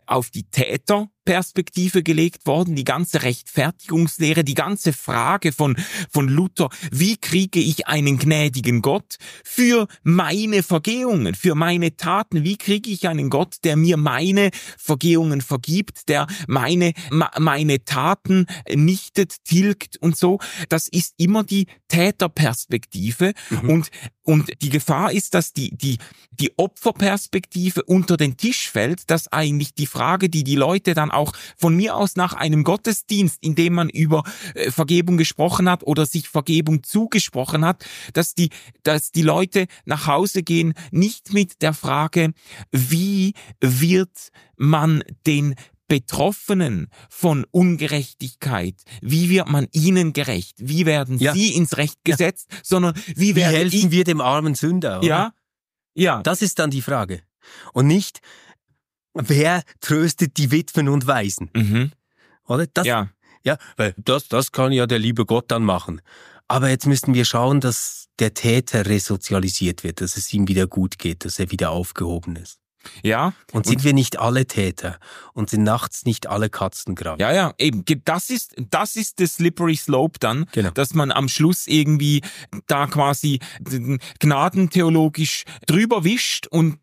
S2: Täterperspektive gelegt worden, die ganze Rechtfertigungslehre, die ganze Frage von Luther, wie kriege ich einen gnädigen Gott für meine Vergehungen, für meine Taten, wie kriege ich einen Gott, der mir meine Vergehungen vergibt, der meine Taten nichtet, tilgt und so. Das ist immer die Täterperspektive und die Gefahr ist, dass die Opferperspektive unter den Tisch fällt, dass eigentlich die Frage, die Leute dann auch von mir aus nach einem Gottesdienst, in dem man über Vergebung gesprochen hat oder sich Vergebung zugesprochen hat, dass die Leute nach Hause gehen, nicht mit der Frage, wie wird man den Betroffenen von Ungerechtigkeit, wie wird man ihnen gerecht, wie werden sie ins Recht gesetzt, sondern wie
S3: helfen wir dem armen Sünder, oder?
S2: Ja.
S3: Das ist dann die Frage. Und nicht, wer tröstet die Witwen und Waisen? Oder? Weil das kann ja der liebe Gott dann machen. Aber jetzt müssten wir schauen, dass der Täter resozialisiert wird, dass es ihm wieder gut geht, dass er wieder aufgehoben ist.
S2: Ja.
S3: Und sind wir nicht alle Täter und sind nachts nicht alle Katzen graben?
S2: Ja, eben. Das ist der slippery slope dann,
S3: genau,
S2: dass man am Schluss irgendwie da quasi gnadentheologisch drüber wischt und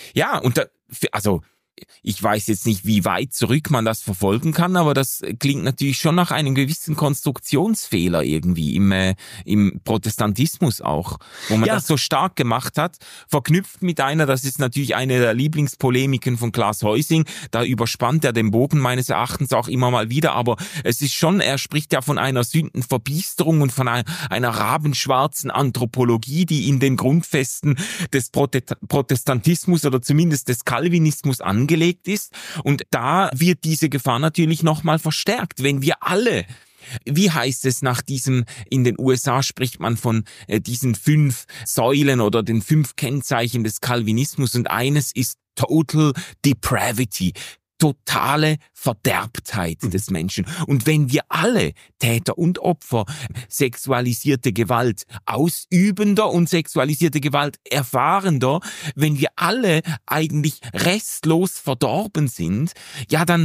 S2: ich weiß jetzt nicht, wie weit zurück man das verfolgen kann, aber das klingt natürlich schon nach einem gewissen Konstruktionsfehler irgendwie im Protestantismus auch, wo man das so stark gemacht hat, verknüpft mit das ist natürlich eine der Lieblingspolemiken von Klaas Heusing, da überspannt er den Bogen meines Erachtens auch immer mal wieder, aber es ist schon, er spricht ja von einer Sündenverbiesterung und von einer rabenschwarzen Anthropologie, die in den Grundfesten des Protestantismus oder zumindest des Calvinismus angelegt ist. Und da wird diese Gefahr natürlich nochmal verstärkt, wenn wir alle, wie heißt es in den USA spricht man von diesen 5 Säulen oder den 5 Kennzeichen des Calvinismus und eines ist Total Depravity. Totale Verderbtheit des Menschen. Und wenn wir alle, Täter und Opfer, sexualisierte Gewalt ausübender und sexualisierte Gewalt erfahrender, wenn wir alle eigentlich restlos verdorben sind, ja dann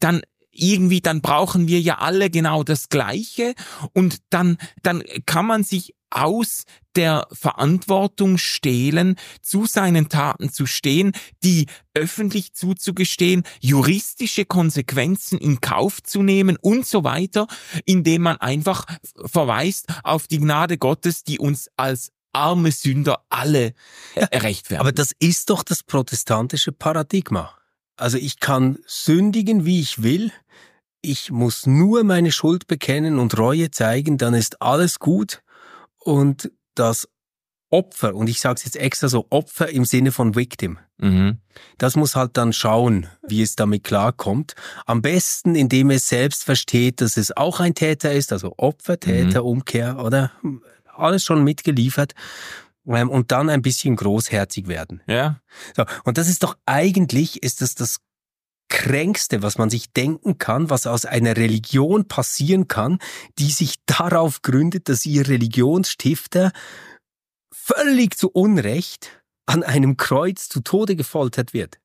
S2: brauchen wir ja alle genau das Gleiche und dann kann man sich aus der Verantwortung stehlen, zu seinen Taten zu stehen, die öffentlich zuzugestehen, juristische Konsequenzen in Kauf zu nehmen und so weiter, indem man einfach verweist auf die Gnade Gottes, die uns als arme Sünder alle rechtfertigt.
S3: Aber das ist doch das protestantische Paradigma. Also ich kann sündigen, wie ich will. Ich muss nur meine Schuld bekennen und Reue zeigen, dann ist alles gut. Und das Opfer, und ich sage es jetzt extra so, Opfer im Sinne von Victim, das muss halt dann schauen, wie es damit klarkommt. Am besten, indem es selbst versteht, dass es auch ein Täter ist, also Opfer, Täter, Umkehr, oder? Alles schon mitgeliefert. Und dann ein bisschen großherzig werden.
S2: Ja.
S3: So, und das ist doch eigentlich, ist das Kränkste, was man sich denken kann, was aus einer Religion passieren kann, die sich darauf gründet, dass ihr Religionsstifter völlig zu Unrecht an einem Kreuz zu Tode gefoltert wird.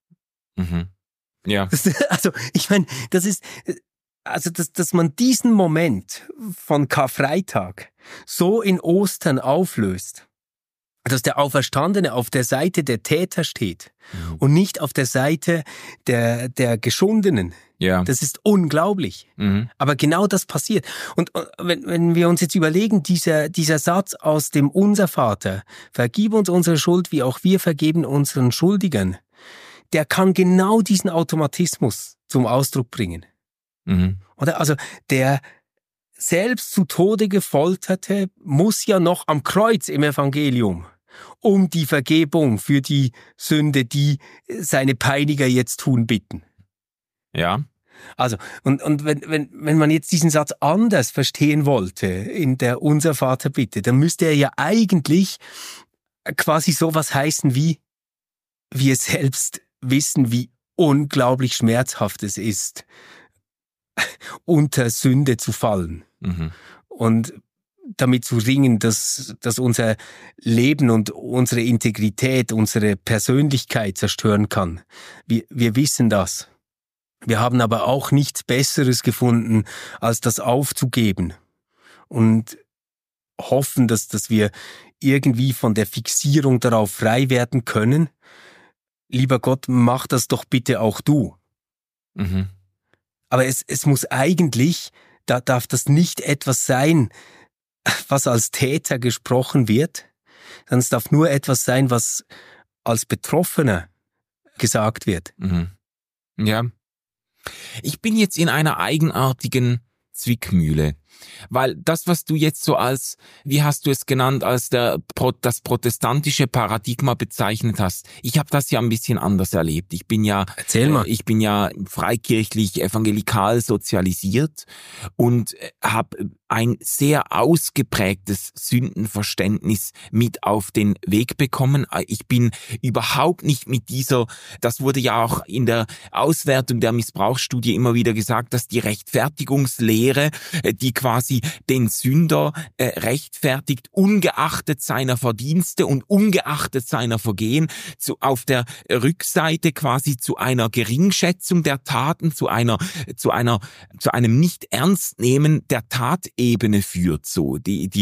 S2: Mhm. Ja.
S3: Also, ich meine, das ist, also, dass man diesen Moment von Karfreitag so in Ostern auflöst, dass der Auferstandene auf der Seite der Täter steht und nicht auf der Seite der Geschundenen.
S2: Ja.
S3: Das ist unglaublich. Aber genau das passiert. Und wenn wir uns jetzt überlegen, dieser Satz aus dem Unser Vater, vergib uns unsere Schuld, wie auch wir vergeben unseren Schuldigern, der kann genau diesen Automatismus zum Ausdruck bringen. Oder? Also der selbst zu Tode gefolterte muss ja noch am Kreuz im Evangelium um die Vergebung für die Sünde, die seine Peiniger jetzt tun, bitten.
S2: Ja.
S3: Also, und wenn man jetzt diesen Satz anders verstehen wollte in der Unser Vater Bitte, dann müsste er ja eigentlich quasi sowas heißen wie: Wir selbst wissen, wie unglaublich schmerzhaft es ist, unter Sünde zu fallen. Und damit zu ringen, dass unser Leben und unsere Integrität, unsere Persönlichkeit zerstören kann. Wir wissen das. Wir haben aber auch nichts Besseres gefunden, als das aufzugeben und hoffen, dass wir irgendwie von der Fixierung darauf frei werden können. Lieber Gott, mach das doch bitte auch du. Aber es muss eigentlich, da darf das nicht etwas sein, was als Täter gesprochen wird, sondern es darf nur etwas sein, was als Betroffener gesagt wird.
S2: Ja. Ich bin jetzt in einer eigenartigen Zwickmühle, weil das, was du jetzt so als, wie hast du es genannt, als das protestantische Paradigma bezeichnet hast, ich habe das ja ein bisschen anders erlebt. Ich bin ja, ich bin ja freikirchlich evangelikal sozialisiert und habe ein sehr ausgeprägtes Sündenverständnis mit auf den Weg bekommen. Ich bin überhaupt nicht mit dieser, das wurde ja auch in der Auswertung der Missbrauchsstudie immer wieder gesagt, dass die Rechtfertigungslehre, die quasi den Sünder rechtfertigt, ungeachtet seiner Verdienste und ungeachtet seiner Vergehen, auf der Rückseite quasi zu einer Geringschätzung der Taten, zu einem Nicht-Ernstnehmen der Tatebene führt. So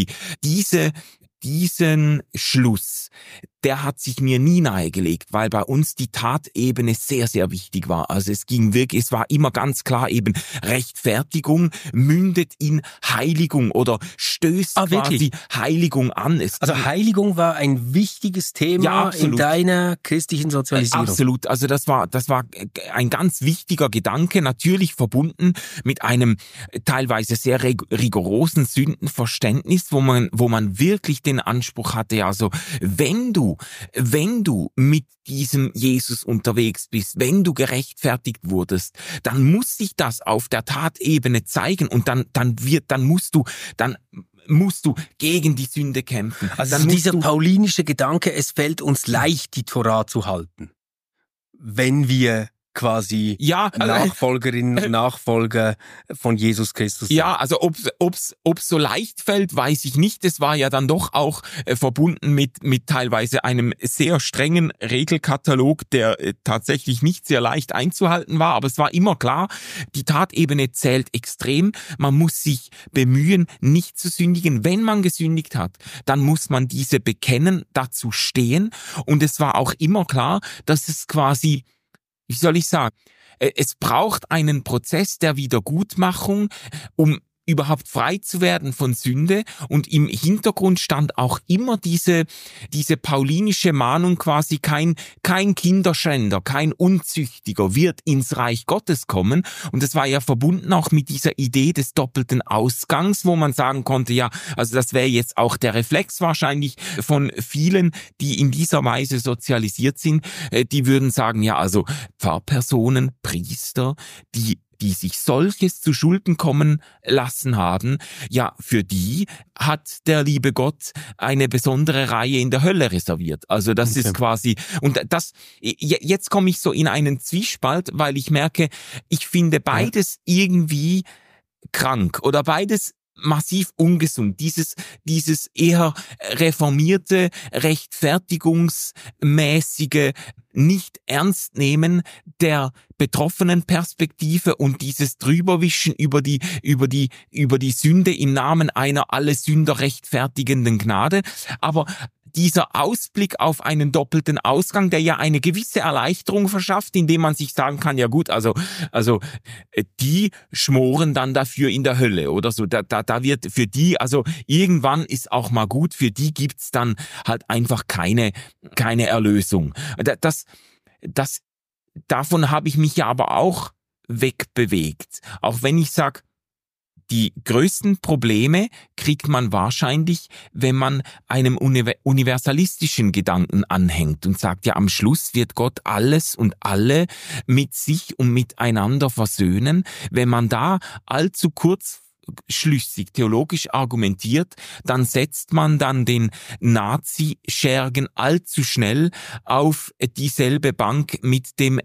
S2: diesen Schluss, der hat sich mir nie nahegelegt, weil bei uns die Tatebene sehr, sehr wichtig war. Also es war immer ganz klar eben, Rechtfertigung mündet in Heiligung oder stößt quasi Heiligung an.
S3: Also Heiligung war ein wichtiges Thema in deiner christlichen Sozialisierung.
S2: Absolut. Also das war ein ganz wichtiger Gedanke, natürlich verbunden mit einem teilweise sehr rigorosen Sündenverständnis, wo man wirklich den Anspruch hatte, also wenn du mit diesem Jesus unterwegs bist, wenn du gerechtfertigt wurdest, dann muss sich das auf der Tatebene zeigen und dann musst du gegen die Sünde kämpfen.
S3: Also dann dieser paulinische Gedanke, es fällt uns leicht, die Tora zu halten, wenn wir quasi Nachfolgerinnen und Nachfolger von Jesus Christus sind.
S2: Ja, also ob's so leicht fällt, weiß ich nicht. Es war ja dann doch auch verbunden mit teilweise einem sehr strengen Regelkatalog, der tatsächlich nicht sehr leicht einzuhalten war. Aber es war immer klar, die Tatebene zählt extrem. Man muss sich bemühen, nicht zu sündigen. Wenn man gesündigt hat, dann muss man diese bekennen, dazu stehen. Und es war auch immer klar, dass es quasi, wie soll ich sagen, es braucht einen Prozess der Wiedergutmachung, um überhaupt frei zu werden von Sünde, und im Hintergrund stand auch immer diese paulinische Mahnung quasi, kein Kinderschänder, kein Unzüchtiger wird ins Reich Gottes kommen, und das war ja verbunden auch mit dieser Idee des doppelten Ausgangs, wo man sagen konnte, ja, also das wäre jetzt auch der Reflex wahrscheinlich von vielen, die in dieser Weise sozialisiert sind, die würden sagen, ja, also Pfarrpersonen, Priester, die sich solches zu Schulden kommen lassen haben, ja, für die hat der liebe Gott eine besondere Reihe in der Hölle reserviert. Also das ist quasi, und jetzt komme ich so in einen Zwiespalt, weil ich merke, ich finde beides irgendwie krank oder beides massiv ungesund. Dieses eher reformierte, rechtfertigungsmäßige, nicht ernst nehmen der betroffenen Perspektive und dieses Drüberwischen über die Sünde im Namen einer alle Sünder rechtfertigenden Gnade, aber dieser Ausblick auf einen doppelten Ausgang, der ja eine gewisse Erleichterung verschafft, indem man sich sagen kann, ja gut, also die schmoren dann dafür in der Hölle oder so. Da wird für die, also irgendwann ist auch mal gut, für die gibt's dann halt einfach keine Erlösung. Davon habe ich mich ja aber auch wegbewegt. Auch wenn ich sage, die größten Probleme kriegt man wahrscheinlich, wenn man einem universalistischen Gedanken anhängt und sagt, ja, am Schluss wird Gott alles und alle mit sich und miteinander versöhnen. Wenn man da allzu kurzschlüssig theologisch argumentiert, dann setzt man dann den Nazi-Schergen allzu schnell auf dieselbe Bank mit dem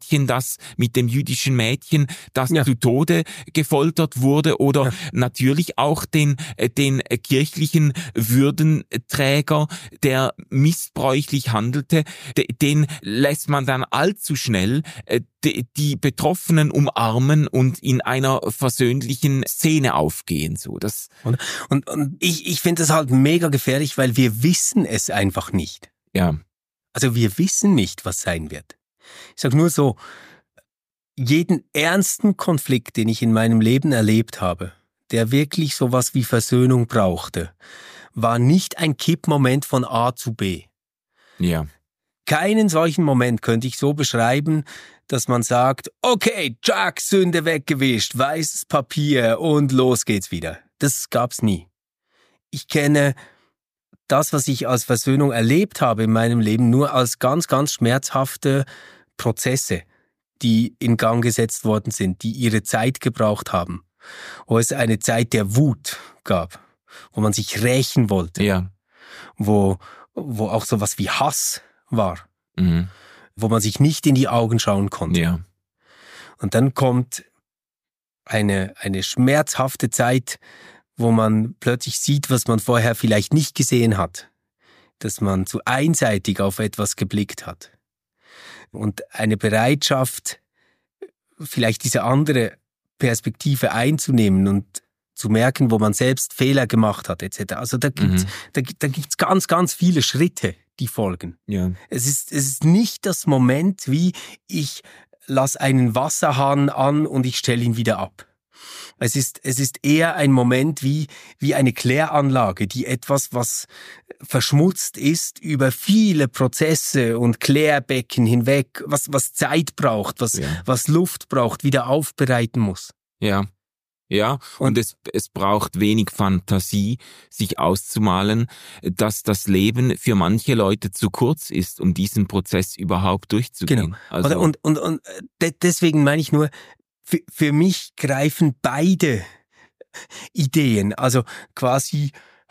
S2: jüdischen Mädchen, das zu Tode gefoltert wurde, oder natürlich auch den kirchlichen Würdenträger, der missbräuchlich handelte, den lässt man dann allzu schnell die Betroffenen umarmen und in einer versöhnlichen Szene aufgehen. So, das
S3: und ich finde das halt mega gefährlich, weil wir wissen es einfach nicht.
S2: Ja.
S3: Also wir wissen nicht, was sein wird. Ich sag nur so, jeden ernsten Konflikt, den ich in meinem Leben erlebt habe, der wirklich sowas wie Versöhnung brauchte, war nicht ein Kippmoment von A zu B.
S2: Ja.
S3: Keinen solchen Moment könnte ich so beschreiben, dass man sagt, okay, Jack, Sünde weggewischt, weißes Papier und los geht's wieder. Das gab's nie. Ich kenne das, was ich als Versöhnung erlebt habe in meinem Leben, nur als ganz, ganz schmerzhafte Prozesse, die in Gang gesetzt worden sind, die ihre Zeit gebraucht haben. Wo es eine Zeit der Wut gab, wo man sich rächen wollte.
S2: Ja.
S3: Wo auch sowas wie Hass war.
S2: Mhm.
S3: Wo man sich nicht in die Augen schauen konnte.
S2: Ja.
S3: Und dann kommt eine schmerzhafte Zeit, wo man plötzlich sieht, was man vorher vielleicht nicht gesehen hat. Dass man zu einseitig auf etwas geblickt hat. Und eine Bereitschaft, vielleicht diese andere Perspektive einzunehmen und zu merken, wo man selbst Fehler gemacht hat, etc. Also da gibt's ganz, ganz viele Schritte, die folgen.
S2: Ja.
S3: Es ist nicht das Moment, wie ich lasse einen Wasserhahn an und ich stelle ihn wieder ab. Es ist eher ein Moment wie eine Kläranlage, die etwas, was verschmutzt ist, über viele Prozesse und Klärbecken hinweg, was Zeit braucht, was Luft braucht, wieder aufbereiten muss.
S2: Ja. Ja, und es braucht wenig Fantasie, sich auszumalen, dass das Leben für manche Leute zu kurz ist, um diesen Prozess überhaupt durchzugehen.
S3: Genau.
S2: Also
S3: und deswegen meine ich nur, für mich greifen beide Ideen, also quasi,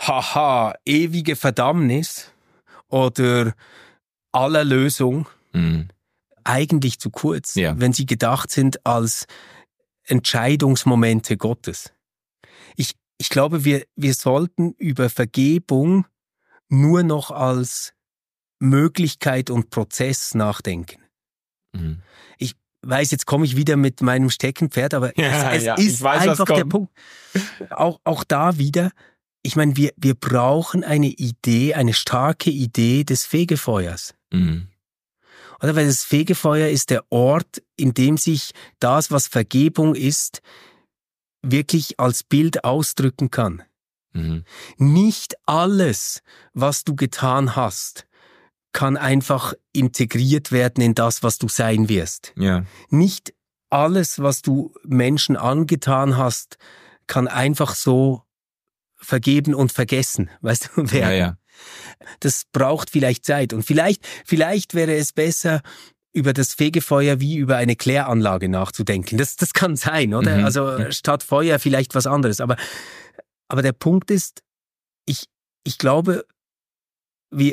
S3: ewige Verdammnis oder Allerlösung, eigentlich zu kurz, wenn sie gedacht sind als Entscheidungsmomente Gottes. Ich glaube, wir sollten über Vergebung nur noch als Möglichkeit und Prozess nachdenken. Mhm. Ich weiß, jetzt komme ich wieder mit meinem Steckenpferd, aber es ist einfach der Punkt. Auch da wieder, ich meine, wir brauchen eine Idee, eine starke Idee des Fegefeuers. Mhm. Oder weil das Fegefeuer ist der Ort, in dem sich das, was Vergebung ist, wirklich als Bild ausdrücken kann. Mhm. Nicht alles, was du getan hast, kann einfach integriert werden in das, was du sein wirst. Ja. Nicht alles, was du Menschen angetan hast, kann einfach so vergeben und vergessen, weißt du, werden. Ja. Das braucht vielleicht Zeit und vielleicht wäre es besser, über das Fegefeuer wie über eine Kläranlage nachzudenken. Das kann sein, oder? Mhm. Also statt Feuer vielleicht was anderes. Aber der Punkt ist, ich glaube, wir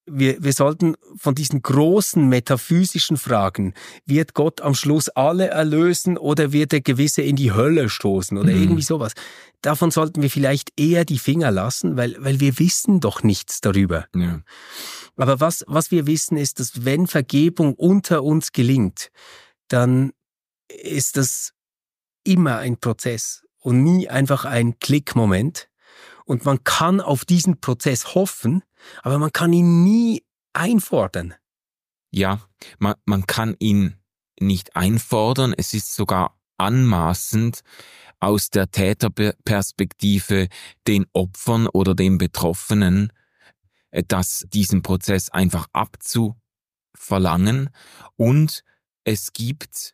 S3: wir sollten von diesen großen metaphysischen Fragen, wird Gott am Schluss alle erlösen oder wird er gewisse in die Hölle stoßen oder irgendwie sowas, davon sollten wir vielleicht eher die Finger lassen, weil wir wissen doch nichts darüber.
S2: Ja.
S3: Aber was wir wissen ist, dass wenn Vergebung unter uns gelingt, dann ist das immer ein Prozess und nie einfach ein Klickmoment. Und man kann auf diesen Prozess hoffen, aber man kann ihn nie einfordern.
S2: Ja, man kann ihn nicht einfordern. Es ist sogar anmaßend, aus der Täterperspektive den Opfern oder den Betroffenen diesen Prozess einfach abzuverlangen. Und es gibt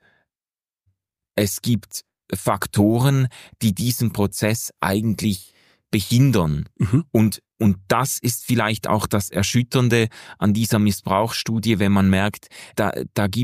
S2: Faktoren, die diesen Prozess eigentlich behindern. Und das ist vielleicht auch das Erschütternde an dieser Missbrauchsstudie, wenn man merkt, da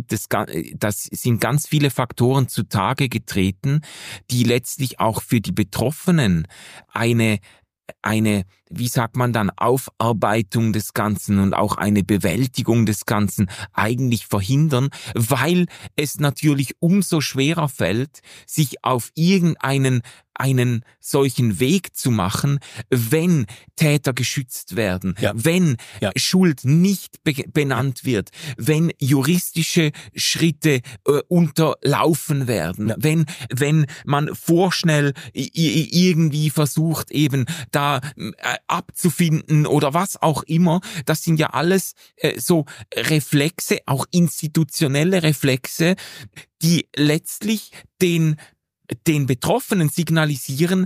S2: sind ganz viele Faktoren zutage getreten, die letztlich auch für die Betroffenen eine, wie sagt man dann, Aufarbeitung des Ganzen und auch eine Bewältigung des Ganzen eigentlich verhindern, weil es natürlich umso schwerer fällt, sich auf einen solchen Weg zu machen, wenn Täter geschützt werden, wenn Schuld nicht benannt wird, wenn juristische Schritte unterlaufen werden, wenn man vorschnell irgendwie versucht, eben da abzufinden oder was auch immer. Das sind ja alles so Reflexe, auch institutionelle Reflexe, die letztlich den Betroffenen signalisieren,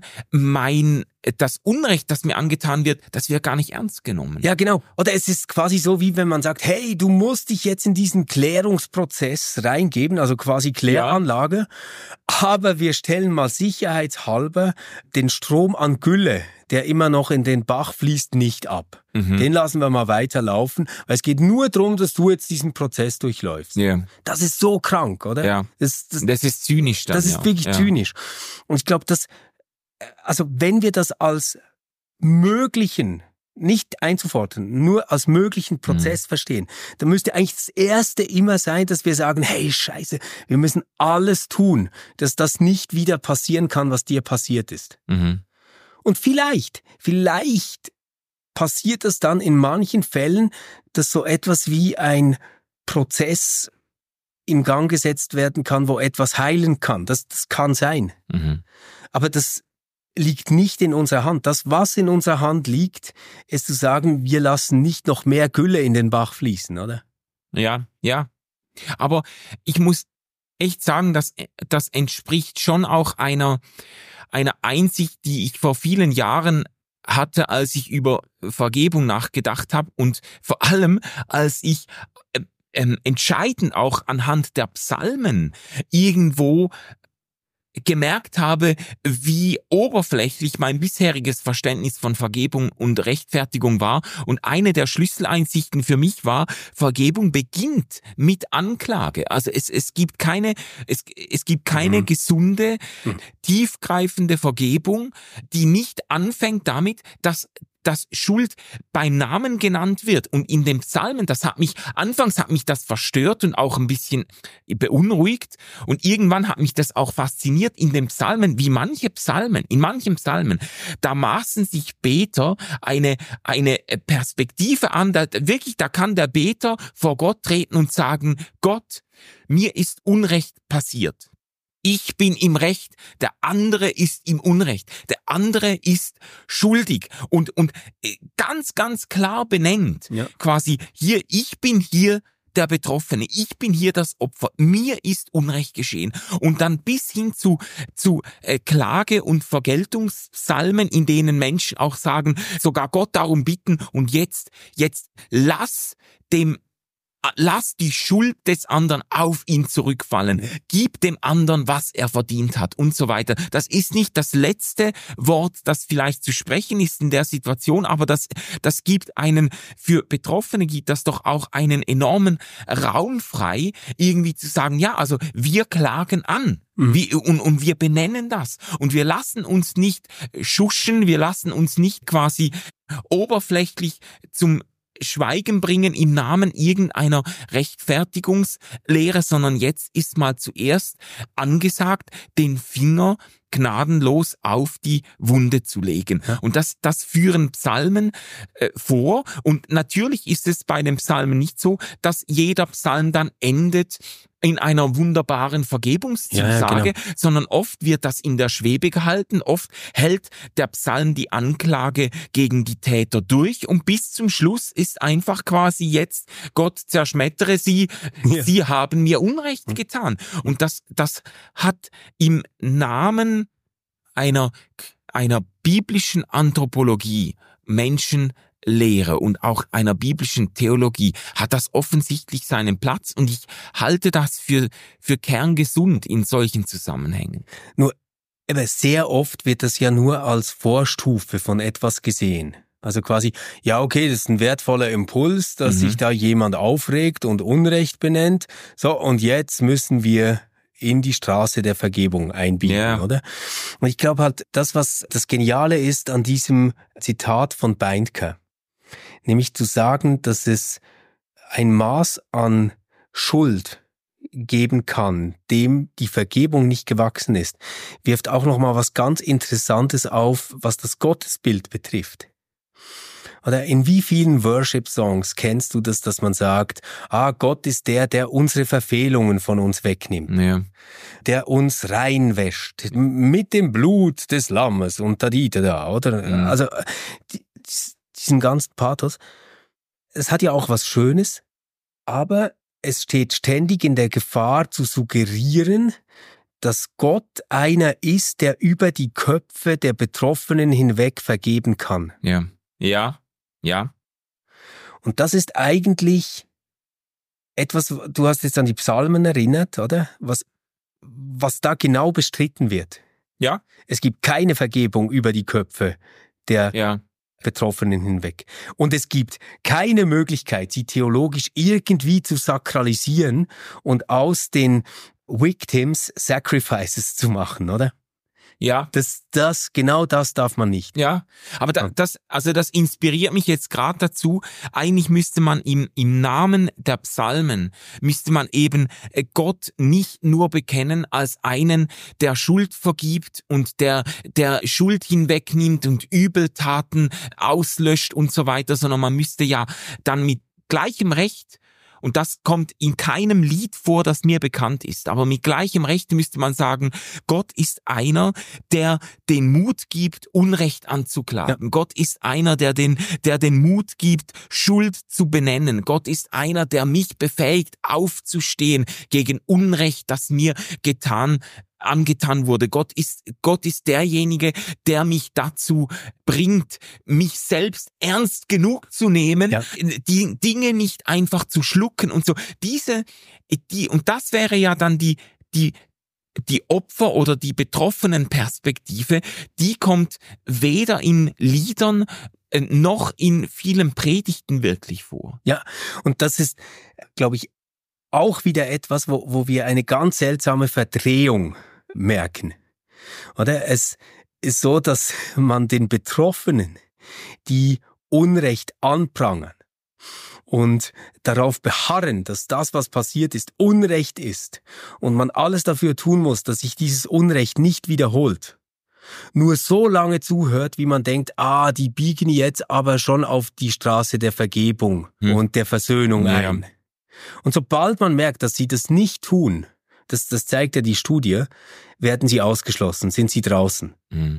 S2: das Unrecht, das mir angetan wird, das wird gar nicht ernst genommen.
S3: Ja, genau. Oder es ist quasi so, wie wenn man sagt, hey, du musst dich jetzt in diesen Klärungsprozess reingeben, also quasi Kläranlage, aber wir stellen mal sicherheitshalber den Strom an Gülle, der immer noch in den Bach fließt, nicht ab. Den lassen wir mal weiterlaufen, weil es geht nur darum, dass du jetzt diesen Prozess durchläufst.
S2: Ja.
S3: Das ist so krank, oder?
S2: Ja. Das ist zynisch dann.
S3: Das ist wirklich zynisch. Und ich glaube, also wenn wir das als möglichen, nicht einzufordern, nur als möglichen Prozess verstehen, dann müsste eigentlich das Erste immer sein, dass wir sagen, hey, Scheiße, wir müssen alles tun, dass das nicht wieder passieren kann, was dir passiert ist. Und vielleicht passiert es dann in manchen Fällen, dass so etwas wie ein Prozess in Gang gesetzt werden kann, wo etwas heilen kann. Das kann sein. Aber das liegt nicht in unserer Hand. Das, was in unserer Hand liegt, ist zu sagen, wir lassen nicht noch mehr Gülle in den Bach fließen, oder?
S2: Ja. Aber ich muss echt sagen, das entspricht schon auch einer Einsicht, die ich vor vielen Jahren hatte, als ich über Vergebung nachgedacht habe und vor allem, als ich entscheidend auch anhand der Psalmen irgendwo gemerkt habe, wie oberflächlich mein bisheriges Verständnis von Vergebung und Rechtfertigung war. Und eine der Schlüsseleinsichten für mich war, Vergebung beginnt mit Anklage. Also es gibt keine gesunde, tiefgreifende Vergebung, die nicht anfängt damit, dass Schuld beim Namen genannt wird. Und in den Psalmen, anfangs hat mich das verstört und auch ein bisschen beunruhigt. Und irgendwann hat mich das auch fasziniert in den Psalmen, in manchen Psalmen, da maßen sich Beter eine Perspektive an, da kann der Beter vor Gott treten und sagen, Gott, mir ist Unrecht passiert. Ich bin im Recht, der andere ist im Unrecht, der andere ist schuldig und ganz, ganz klar benennt, quasi hier, ich bin hier der Betroffene, ich bin hier das Opfer, mir ist Unrecht geschehen. Und dann bis hin zu Klage- und Vergeltungspsalmen, in denen Menschen auch sagen, sogar Gott darum bitten und jetzt lass die Schuld des anderen auf ihn zurückfallen. Gib dem anderen, was er verdient hat und so weiter. Das ist nicht das letzte Wort, das vielleicht zu sprechen ist in der Situation, aber das gibt für Betroffene gibt das doch auch einen enormen Raum frei, irgendwie zu sagen, ja, also wir klagen an. Und wir benennen das. Und wir lassen uns nicht schuschen, wir lassen uns nicht quasi oberflächlich zum Schweigen bringen im Namen irgendeiner Rechtfertigungslehre, sondern jetzt ist mal zuerst angesagt, den Finger gnadenlos auf die Wunde zu legen. Ja. Und das führen Psalmen vor. Und natürlich ist es bei den Psalmen nicht so, dass jeder Psalm dann endet in einer wunderbaren Vergebungszusage, sondern oft wird das in der Schwebe gehalten. Oft hält der Psalm die Anklage gegen die Täter durch und bis zum Schluss ist einfach quasi jetzt, Gott zerschmettere sie, sie haben mir Unrecht getan. Und das hat im Namen einer biblischen Anthropologie, Menschenlehre und auch einer biblischen Theologie hat das offensichtlich seinen Platz und ich halte das für kerngesund in solchen Zusammenhängen.
S3: Nur, aber sehr oft wird das ja nur als Vorstufe von etwas gesehen. Also quasi, ja okay, das ist ein wertvoller Impuls, dass sich da jemand aufregt und Unrecht benennt. So, und jetzt müssen wir in die Straße der Vergebung einbiegen, oder? Und ich glaube halt, das, was das Geniale ist an diesem Zitat von Beindker, nämlich zu sagen, dass es ein Maß an Schuld geben kann, dem die Vergebung nicht gewachsen ist, wirft auch nochmal was ganz Interessantes auf, was das Gottesbild betrifft. Oder in wie vielen Worship-Songs kennst du das, dass man sagt, Gott ist der unsere Verfehlungen von uns wegnimmt, der uns reinwäscht mit dem Blut des Lammes und da, oder? Also diesen ganzen Pathos, es hat ja auch was Schönes, aber es steht ständig in der Gefahr zu suggerieren, dass Gott einer ist, der über die Köpfe der Betroffenen hinweg vergeben kann.
S2: Ja.
S3: Und das ist eigentlich etwas, du hast jetzt an die Psalmen erinnert, oder? Was da genau bestritten wird.
S2: Ja.
S3: Es gibt keine Vergebung über die Köpfe der Betroffenen hinweg. Und es gibt keine Möglichkeit, sie theologisch irgendwie zu sakralisieren und aus den Victims Sacrifices zu machen, oder?
S2: Ja.
S3: Genau das darf man nicht.
S2: Ja, aber das inspiriert mich jetzt gerade dazu. Eigentlich müsste man im Namen der Psalmen, müsste man eben Gott nicht nur bekennen als einen, der Schuld vergibt und der Schuld hinwegnimmt und Übeltaten auslöscht und so weiter, sondern man müsste ja dann mit gleichem Recht, und das kommt in keinem Lied vor, das mir bekannt ist. Aber mit gleichem Recht müsste man sagen, Gott ist einer, der den Mut gibt, Unrecht anzuklagen. Ja. Gott ist einer, der den Mut gibt, Schuld zu benennen. Gott ist einer, der mich befähigt, aufzustehen gegen Unrecht, das mir angetan wurde. Gott ist derjenige, der mich dazu bringt, mich selbst ernst genug zu nehmen, die Dinge nicht einfach zu schlucken und so. Und das wäre ja dann die Opfer- oder die Betroffenen-Perspektive, die kommt weder in Liedern noch in vielen Predigten wirklich vor.
S3: Ja, und das ist, glaube ich, auch wieder etwas, wo wir eine ganz seltsame Verdrehung merken. Oder? Es ist so, dass man den Betroffenen, die Unrecht anprangern und darauf beharren, dass das, was passiert ist, Unrecht ist und man alles dafür tun muss, dass sich dieses Unrecht nicht wiederholt, nur so lange zuhört, wie man denkt, die biegen jetzt aber schon auf die Straße der Vergebung und der Versöhnung ein. Und sobald man merkt, dass sie das nicht tun, das zeigt ja die Studie, werden sie ausgeschlossen, sind sie draußen.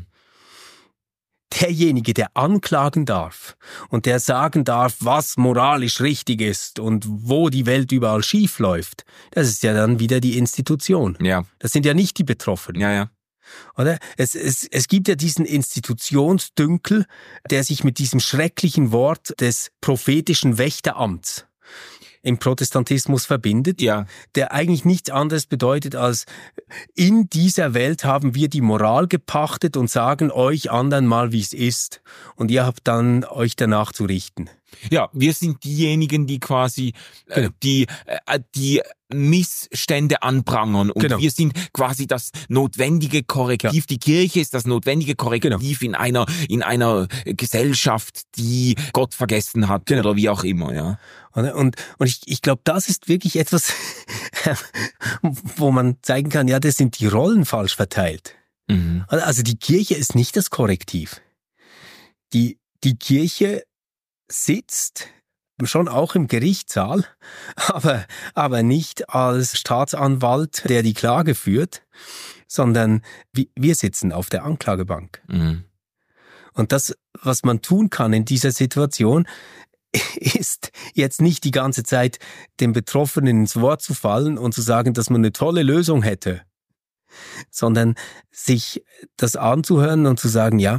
S3: Derjenige, der anklagen darf und der sagen darf, was moralisch richtig ist und wo die Welt überall schief läuft, das ist ja dann wieder die Institution.
S2: Ja.
S3: Das sind ja nicht die Betroffenen.
S2: Ja.
S3: Oder? Es gibt ja diesen Institutionsdünkel, der sich mit diesem schrecklichen Wort des prophetischen Wächteramts im Protestantismus verbindet, der eigentlich nichts anderes bedeutet als, in dieser Welt haben wir die Moral gepachtet und sagen euch anderen mal, wie es ist und ihr habt dann euch danach zu richten.
S2: Ja, wir sind diejenigen, die quasi die Missstände anprangern und wir sind quasi das notwendige Korrektiv. Ja. Die Kirche ist das notwendige Korrektiv in einer Gesellschaft, die Gott vergessen hat oder wie auch immer. Ja.
S3: Und ich glaube, das ist wirklich etwas, wo man zeigen kann, ja, das sind die Rollen falsch verteilt. Mhm. Also die Kirche ist nicht das Korrektiv. Die Kirche sitzt schon auch im Gerichtssaal, aber nicht als Staatsanwalt, der die Klage führt, sondern wir sitzen auf der Anklagebank. Mhm. Und das, was man tun kann in dieser Situation, ist jetzt nicht die ganze Zeit dem Betroffenen ins Wort zu fallen und zu sagen, dass man eine tolle Lösung hätte, sondern sich das anzuhören und zu sagen, ja,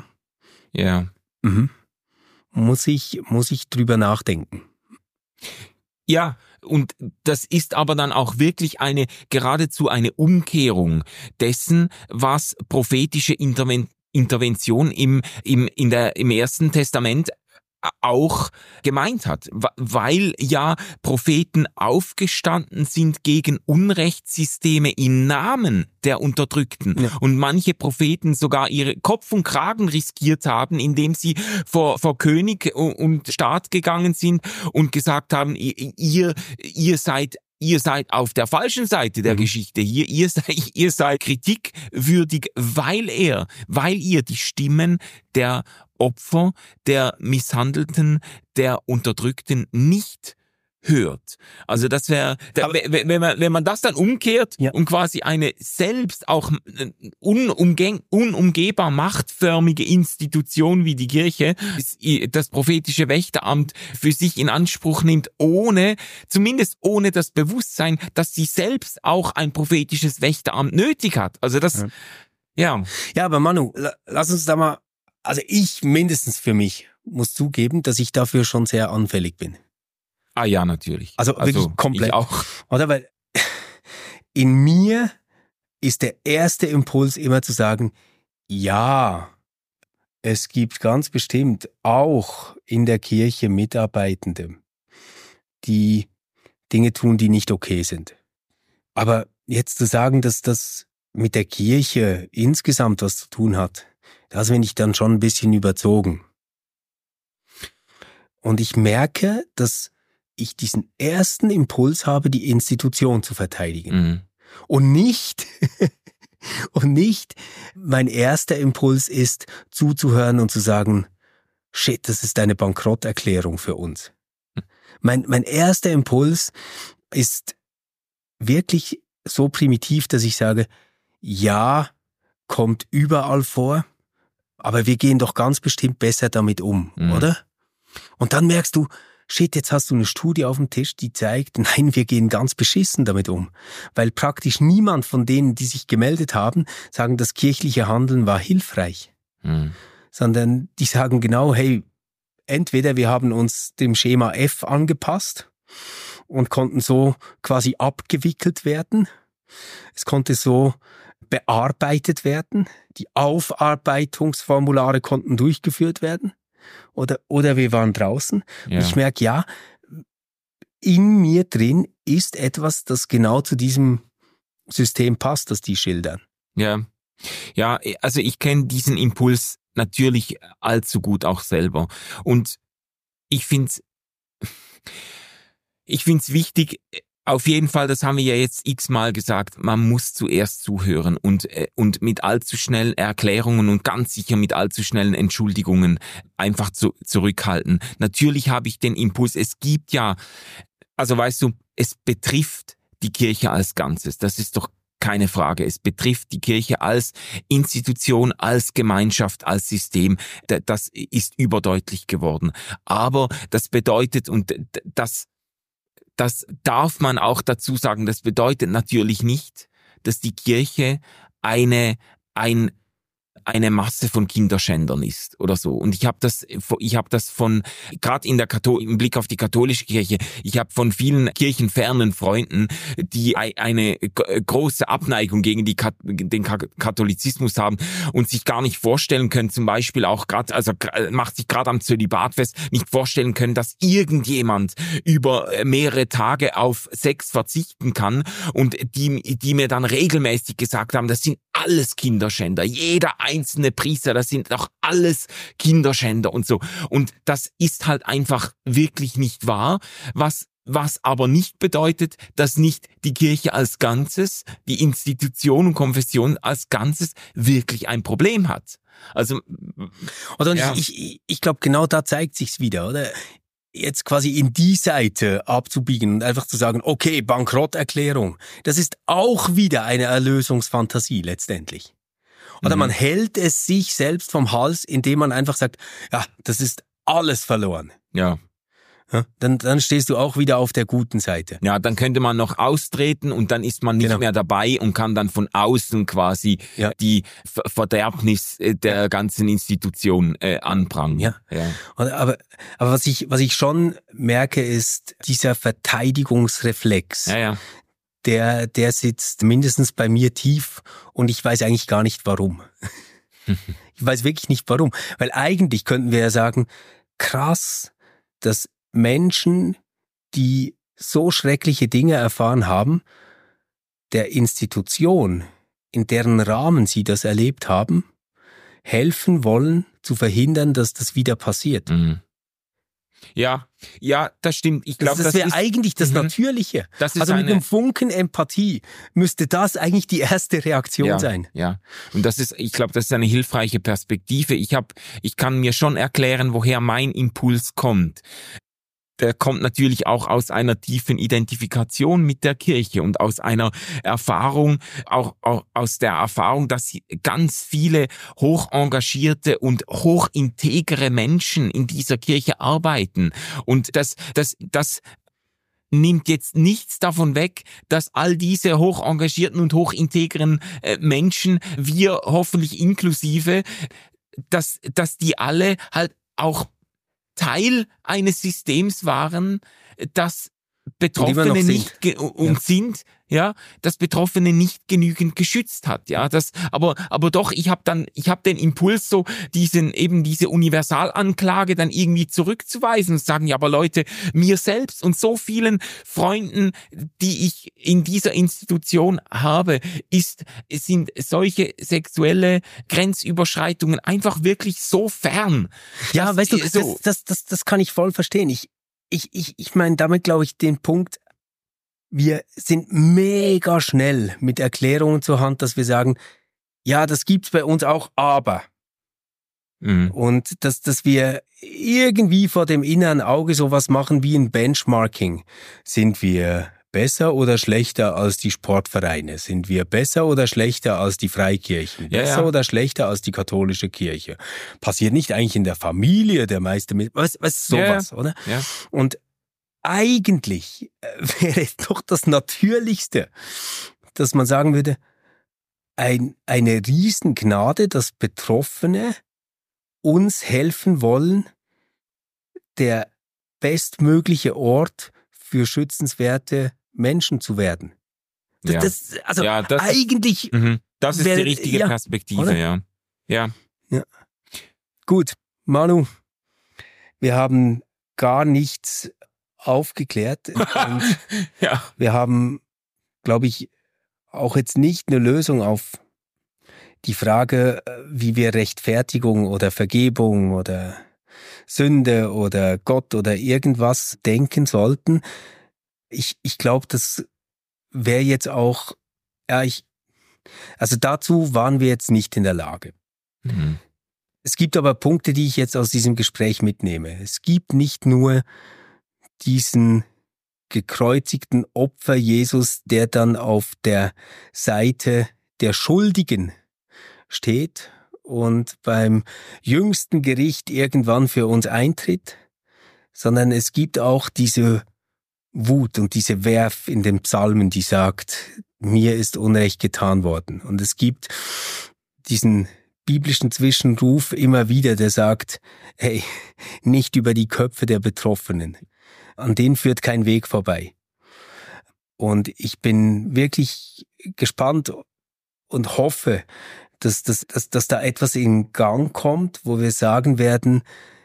S3: muss ich drüber nachdenken.
S2: Ja, und das ist aber dann auch wirklich geradezu eine Umkehrung dessen, was prophetische Intervention im Ersten Testament auch gemeint hat, weil ja Propheten aufgestanden sind gegen Unrechtssysteme im Namen der Unterdrückten und manche Propheten sogar ihre Kopf und Kragen riskiert haben, indem sie vor König und Staat gegangen sind und gesagt haben, ihr seid auf der falschen Seite der Geschichte. Ihr seid kritikwürdig, weil ihr die Stimmen der Opfer, der Misshandelten, der Unterdrückten nicht hört. Also das wäre, wenn man das dann umkehrt und quasi eine selbst auch unumgehbar machtförmige Institution wie die Kirche das prophetische Wächteramt für sich in Anspruch nimmt, zumindest ohne das Bewusstsein, dass sie selbst auch ein prophetisches Wächteramt nötig hat. Also das,
S3: Ja, aber Manu, lass uns da mal, also ich mindestens für mich muss zugeben, dass ich dafür schon sehr anfällig bin.
S2: Ah ja, natürlich.
S3: Also wirklich komplett.
S2: Ich auch.
S3: Oder weil in mir ist der erste Impuls immer zu sagen, ja, es gibt ganz bestimmt auch in der Kirche Mitarbeitende, die Dinge tun, die nicht okay sind. Aber jetzt zu sagen, dass das mit der Kirche insgesamt was zu tun hat, das finde ich dann schon ein bisschen überzogen. Und ich merke, dass ich diesen ersten Impuls habe, die Institution zu verteidigen. Mhm. Und nicht mein erster Impuls ist, zuzuhören und zu sagen, shit, das ist eine Bankrotterklärung für uns. Mein erster Impuls ist wirklich so primitiv, dass ich sage, ja, kommt überall vor, aber wir gehen doch ganz bestimmt besser damit um, oder? Und dann merkst du, shit, jetzt hast du eine Studie auf dem Tisch, die zeigt, nein, wir gehen ganz beschissen damit um. Weil praktisch niemand von denen, die sich gemeldet haben, sagen, das kirchliche Handeln war hilfreich. Sondern die sagen genau, hey, entweder wir haben uns dem Schema F angepasst und konnten so quasi abgewickelt werden. Es konnte so bearbeitet werden. Die Aufarbeitungsformulare konnten durchgeführt werden. Oder wir waren draußen. Ja. Und ich merke, ja, in mir drin ist etwas, das genau zu diesem System passt, das die schildern.
S2: Ja, also ich kenne diesen Impuls natürlich allzu gut auch selber. Und ich find's wichtig, auf jeden Fall, das haben wir ja jetzt x-mal gesagt, man muss zuerst zuhören und mit allzu schnellen Erklärungen und ganz sicher mit allzu schnellen Entschuldigungen einfach zurückhalten. Natürlich habe ich den Impuls, es gibt ja, also weißt du, es betrifft die Kirche als Ganzes, das ist doch keine Frage. Es betrifft die Kirche als Institution, als Gemeinschaft, als System. Das ist überdeutlich geworden. Aber das bedeutet, und das darf man auch dazu sagen, das bedeutet natürlich nicht, dass die Kirche ein eine Masse von Kinderschändern ist oder so. Und ich habe das von, gerade im Blick auf die katholische Kirche, ich habe von vielen kirchenfernen Freunden, die eine große Abneigung gegen den Katholizismus haben und sich gar nicht vorstellen können, zum Beispiel auch gerade, also macht sich gerade am Zölibat fest, nicht vorstellen können, dass irgendjemand über mehrere Tage auf Sex verzichten kann, und die mir dann regelmäßig gesagt haben, das sind alles Kinderschänder, jeder einzelne Priester, das sind doch alles Kinderschänder und so. Und das ist halt einfach wirklich nicht wahr, was aber nicht bedeutet, dass nicht die Kirche als Ganzes, die Institution und Konfession als Ganzes wirklich ein Problem hat. Also,
S3: oder
S2: ja.
S3: Ich glaube, genau da zeigt sich's wieder, oder? Jetzt quasi in die Seite abzubiegen und einfach zu sagen, okay, Bankrotterklärung, das ist auch wieder eine Erlösungsfantasie letztendlich. Oder man hält es sich selbst vom Hals, indem man einfach sagt, ja, das ist alles verloren.
S2: Ja.
S3: Ja, dann stehst du auch wieder auf der guten Seite.
S2: Ja, dann könnte man noch austreten und dann ist man nicht mehr dabei und kann dann von außen quasi die Verderbnis der ganzen Institution anprangern.
S3: Ja. Aber was ich schon merke, ist dieser Verteidigungsreflex.
S2: Ja.
S3: Der sitzt mindestens bei mir tief und ich weiß eigentlich gar nicht warum. Ich weiß wirklich nicht warum. Weil eigentlich könnten wir ja sagen, krass, dass Menschen, die so schreckliche Dinge erfahren haben, der Institution, in deren Rahmen sie das erlebt haben, helfen wollen, zu verhindern, dass das wieder passiert.
S2: Mhm. Ja, das stimmt. Ich glaube,
S3: das wäre eigentlich das Natürliche.
S2: Das ist
S3: also mit einem Funken Empathie müsste das eigentlich die erste Reaktion sein.
S2: Ja. Und ich glaube, das ist eine hilfreiche Perspektive. Ich kann mir schon erklären, woher mein Impuls kommt. Der kommt natürlich auch aus einer tiefen Identifikation mit der Kirche und aus einer Erfahrung, auch aus der Erfahrung, dass ganz viele hoch engagierte und hochintegre Menschen in dieser Kirche arbeiten. Und das nimmt jetzt nichts davon weg, dass all diese hoch engagierten und hochintegren Menschen, wir hoffentlich inklusive, dass die alle halt auch Teil eines Systems waren, das Betroffene das Betroffene nicht genügend geschützt hat, ja, aber doch, ich habe den Impuls, so diese Universalanklage dann irgendwie zurückzuweisen und sagen, ja, aber Leute, mir selbst und so vielen Freunden, die ich in dieser Institution habe, sind solche sexuelle Grenzüberschreitungen einfach wirklich so fern.
S3: Ja, weißt du, das kann ich voll verstehen. Ich meine damit, glaube ich, den Punkt, wir sind mega schnell mit Erklärungen zur Hand, dass wir sagen, ja, das gibt's bei uns auch, aber. Und dass wir irgendwie vor dem inneren Auge sowas machen wie ein Benchmarking. Sind wir besser oder schlechter als die Sportvereine? Sind wir besser oder schlechter als die Freikirchen? Besser oder schlechter als die katholische Kirche? Passiert nicht eigentlich in der Familie der meiste mit, was sowas, oder?
S2: Ja.
S3: Und eigentlich wäre es doch das Natürlichste, dass man sagen würde, eine Riesengnade, dass Betroffene uns helfen wollen, der bestmögliche Ort für schützenswerte Menschen zu werden. Eigentlich.
S2: Das ist die richtige Perspektive, oder? Ja.
S3: Gut, Manu, wir haben gar nichts aufgeklärt und wir haben, glaube ich, auch jetzt nicht eine Lösung auf die Frage, wie wir Rechtfertigung oder Vergebung oder Sünde oder Gott oder irgendwas denken sollten. Ich glaube, das wäre jetzt auch, also dazu waren wir jetzt nicht in der Lage. Es gibt aber Punkte, die ich jetzt aus diesem Gespräch mitnehme. Es gibt nicht nur diesen gekreuzigten Opfer Jesus, der dann auf der Seite der Schuldigen steht und beim jüngsten Gericht irgendwann für uns eintritt, sondern es gibt auch diese Wut und diese Werf in den Psalmen, die sagt, mir ist Unrecht getan worden. Und es gibt diesen biblischen Zwischenruf immer wieder, der sagt, hey, nicht über die Köpfe der Betroffenen. An denen führt kein Weg vorbei. Und ich bin wirklich gespannt und hoffe, dass da etwas in Gang kommt, wo wir sagen werden,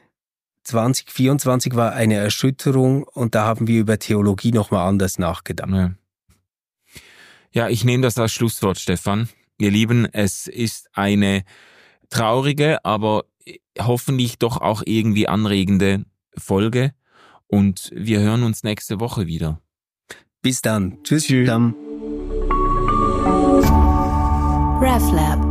S3: 2024 war eine Erschütterung und da haben wir über Theologie nochmal anders nachgedacht.
S2: Ja, ich nehme das als Schlusswort, Stefan. Ihr Lieben, es ist eine traurige, aber hoffentlich doch auch irgendwie anregende Folge und wir hören uns nächste Woche wieder.
S3: Bis dann. Tschüss. Tschüss.
S1: RefLab